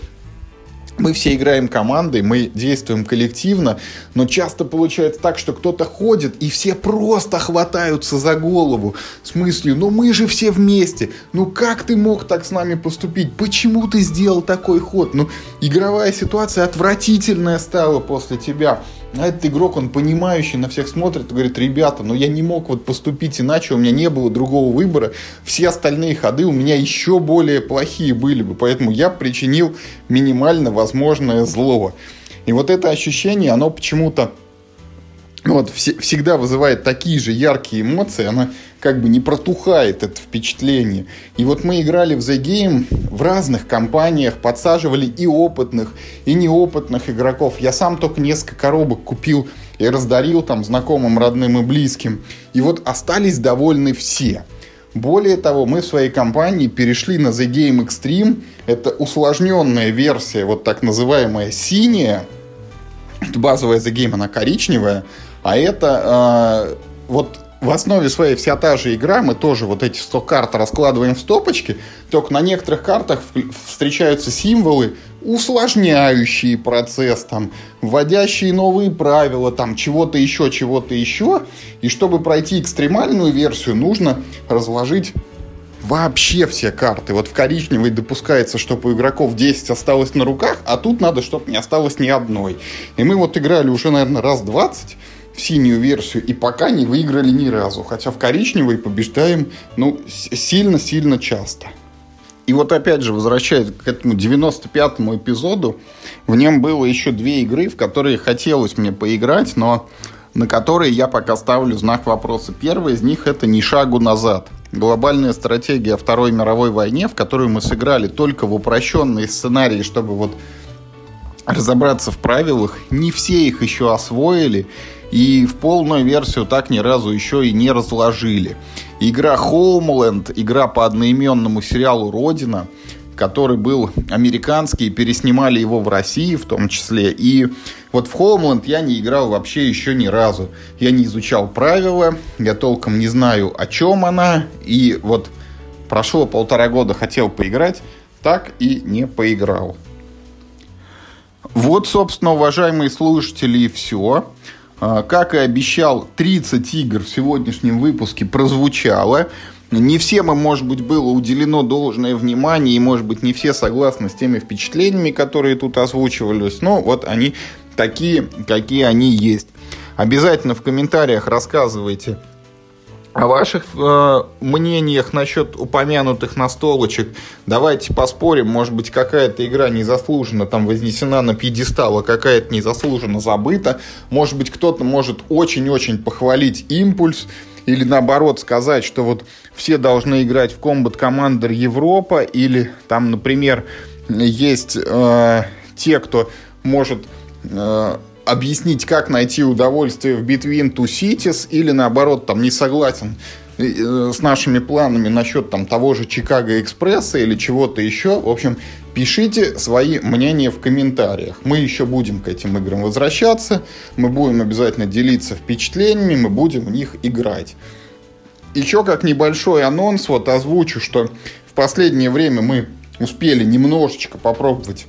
мы все играем командой, мы действуем коллективно, но часто получается так, что кто-то ходит, и все просто хватаются за голову с мыслью: ну мы же все вместе, ну как ты мог так с нами поступить, почему ты сделал такой ход, ну игровая ситуация отвратительная стала после тебя. А этот игрок, он понимающий, на всех смотрит и говорит: ребята, ну я не мог вот поступить иначе, у меня не было другого выбора, все остальные ходы у меня еще более плохие были бы, поэтому я причинил минимально возможное зло. И вот это ощущение, оно почему-то вот всегда вызывает такие же яркие эмоции, оно как бы не протухает, это впечатление. И вот мы играли в The Game в разных компаниях, подсаживали и опытных, и неопытных игроков. Я сам только несколько коробок купил и раздарил там знакомым, родным и близким. И вот остались довольны все. Более того, мы в своей компании перешли на The Game Extreme. Это усложненная версия, вот так называемая синяя. Базовая The Game, она коричневая. А это вот в основе своей вся та же игра. Мы тоже вот эти 100 карт раскладываем в стопочки. Только на некоторых картах встречаются символы, усложняющие процесс, там, вводящие новые правила, там, чего-то еще, чего-то еще. И чтобы пройти экстремальную версию, нужно разложить вообще все карты. Вот в коричневой допускается, чтобы у игроков 10 осталось на руках, а тут надо, чтобы не осталось ни одной. И мы вот играли уже, наверное, раз 20 в синюю версию и пока не выиграли ни разу. Хотя в коричневой побеждаем, ну, сильно-сильно часто. И вот опять же, возвращаясь к этому 95-му эпизоду, в нем было еще 2 игры, в которые хотелось мне поиграть, но на которые я пока ставлю знак вопроса. Первая из них — это «Ни шагу назад». Глобальная стратегия о Второй мировой войне, в которую мы сыграли только в упрощенные сценарии, чтобы вот разобраться в правилах. Не все их еще освоили, и в полную версию так ни разу еще и не разложили. Игра Homeland, игра по одноименному сериалу «Родина», который был американский, переснимали его в России в том числе. И вот в Homeland я не играл вообще еще ни разу. Я не изучал правила, я толком не знаю, о чем она. И вот прошло 1,5 года, хотел поиграть, так и не поиграл. Вот, собственно, уважаемые слушатели, и все. Как и обещал, 30 игр в сегодняшнем выпуске прозвучало. Не всем им, может быть, было уделено должное внимание, и, может быть, не все согласны с теми впечатлениями, которые тут озвучивались, но вот они такие, какие они есть. Обязательно в комментариях рассказывайте о ваших мнениях насчет упомянутых настолочек. Давайте поспорим, может быть, какая-то игра незаслуженно там вознесена на пьедестал, а какая-то незаслуженно забыта. Может быть, кто-то может очень-очень похвалить «Импульс», или наоборот сказать, что вот все должны играть в Combat Commander Европа, или там, например, есть те, кто может объяснить, как найти удовольствие в Between Two Cities, или наоборот, там, не согласен с нашими планами насчет там, того же Чикаго Экспресса или чего-то еще. В общем, пишите свои мнения в комментариях. Мы еще будем к этим играм возвращаться, мы будем обязательно делиться впечатлениями, мы будем в них играть. Еще как небольшой анонс, вот озвучу, что в последнее время мы успели немножечко попробовать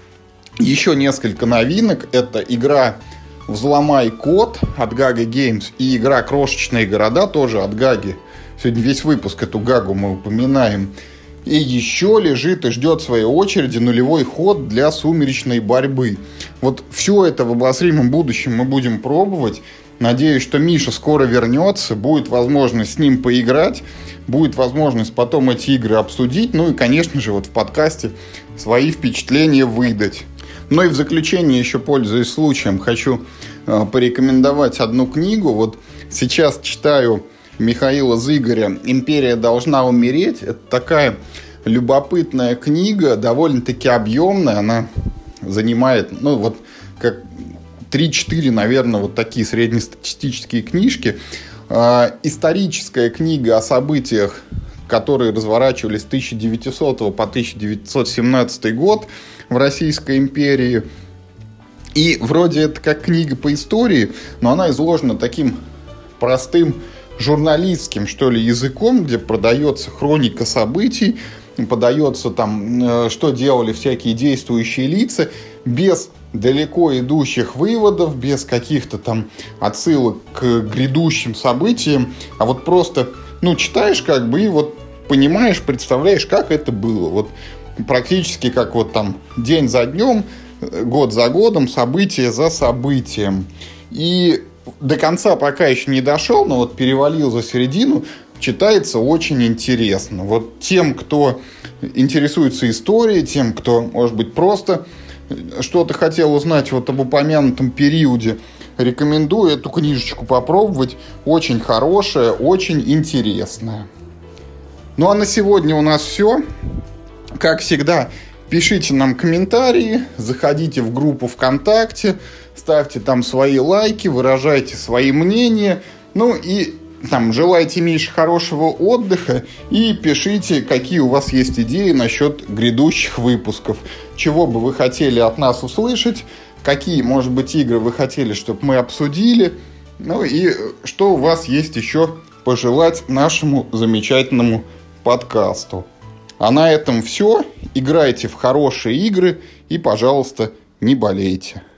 еще несколько новинок. Это игра «Взломай код» от Gaga Games и игра «Крошечные города» тоже от Gaga. Сегодня весь выпуск эту Гагу мы упоминаем. И еще лежит и ждет своей очереди нулевой ход для сумеречной борьбы. Вот все это в обозримом будущем мы будем пробовать. Надеюсь, что Миша скоро вернется, будет возможность с ним поиграть, будет возможность потом эти игры обсудить, ну и, конечно же, вот в подкасте свои впечатления выдать. Ну и в заключение, еще пользуясь случаем, хочу порекомендовать одну книгу. Вот сейчас читаю Михаила Зыгоря «Империя должна умереть». Это такая любопытная книга, довольно-таки объемная. Она занимает, ну вот, как 3-4, наверное, вот такие среднестатистические книжки. Историческая книга о событиях, которые разворачивались с 1900 по 1917 год в Российской империи. И вроде это как книга по истории, но она изложена таким простым журналистским, что ли, языком, где продается хроника событий, подается там, что делали всякие действующие лица, без далеко идущих выводов, без каких-то там отсылок к грядущим событиям, а вот просто, ну, читаешь как бы и вот понимаешь, представляешь, как это было. Вот практически как вот там день за днем, год за годом, событие за событием. И до конца пока еще не дошел, но вот перевалил за середину, читается очень интересно. Вот тем, кто интересуется историей, тем, кто, может быть, просто что-то хотел узнать вот об упомянутом периоде, рекомендую эту книжечку попробовать. Очень хорошая, очень интересная. Ну а на сегодня у нас все. Как всегда, пишите нам комментарии, заходите в группу ВКонтакте, ставьте там свои лайки, выражайте свои мнения. Ну и там желайте Мише хорошего отдыха и пишите, какие у вас есть идеи насчет грядущих выпусков. Чего бы вы хотели от нас услышать, какие, может быть, игры вы хотели, чтобы мы обсудили. Ну и что у вас есть еще пожелать нашему замечательному подкасту. А на этом все. Играйте в хорошие игры и, пожалуйста, не болейте.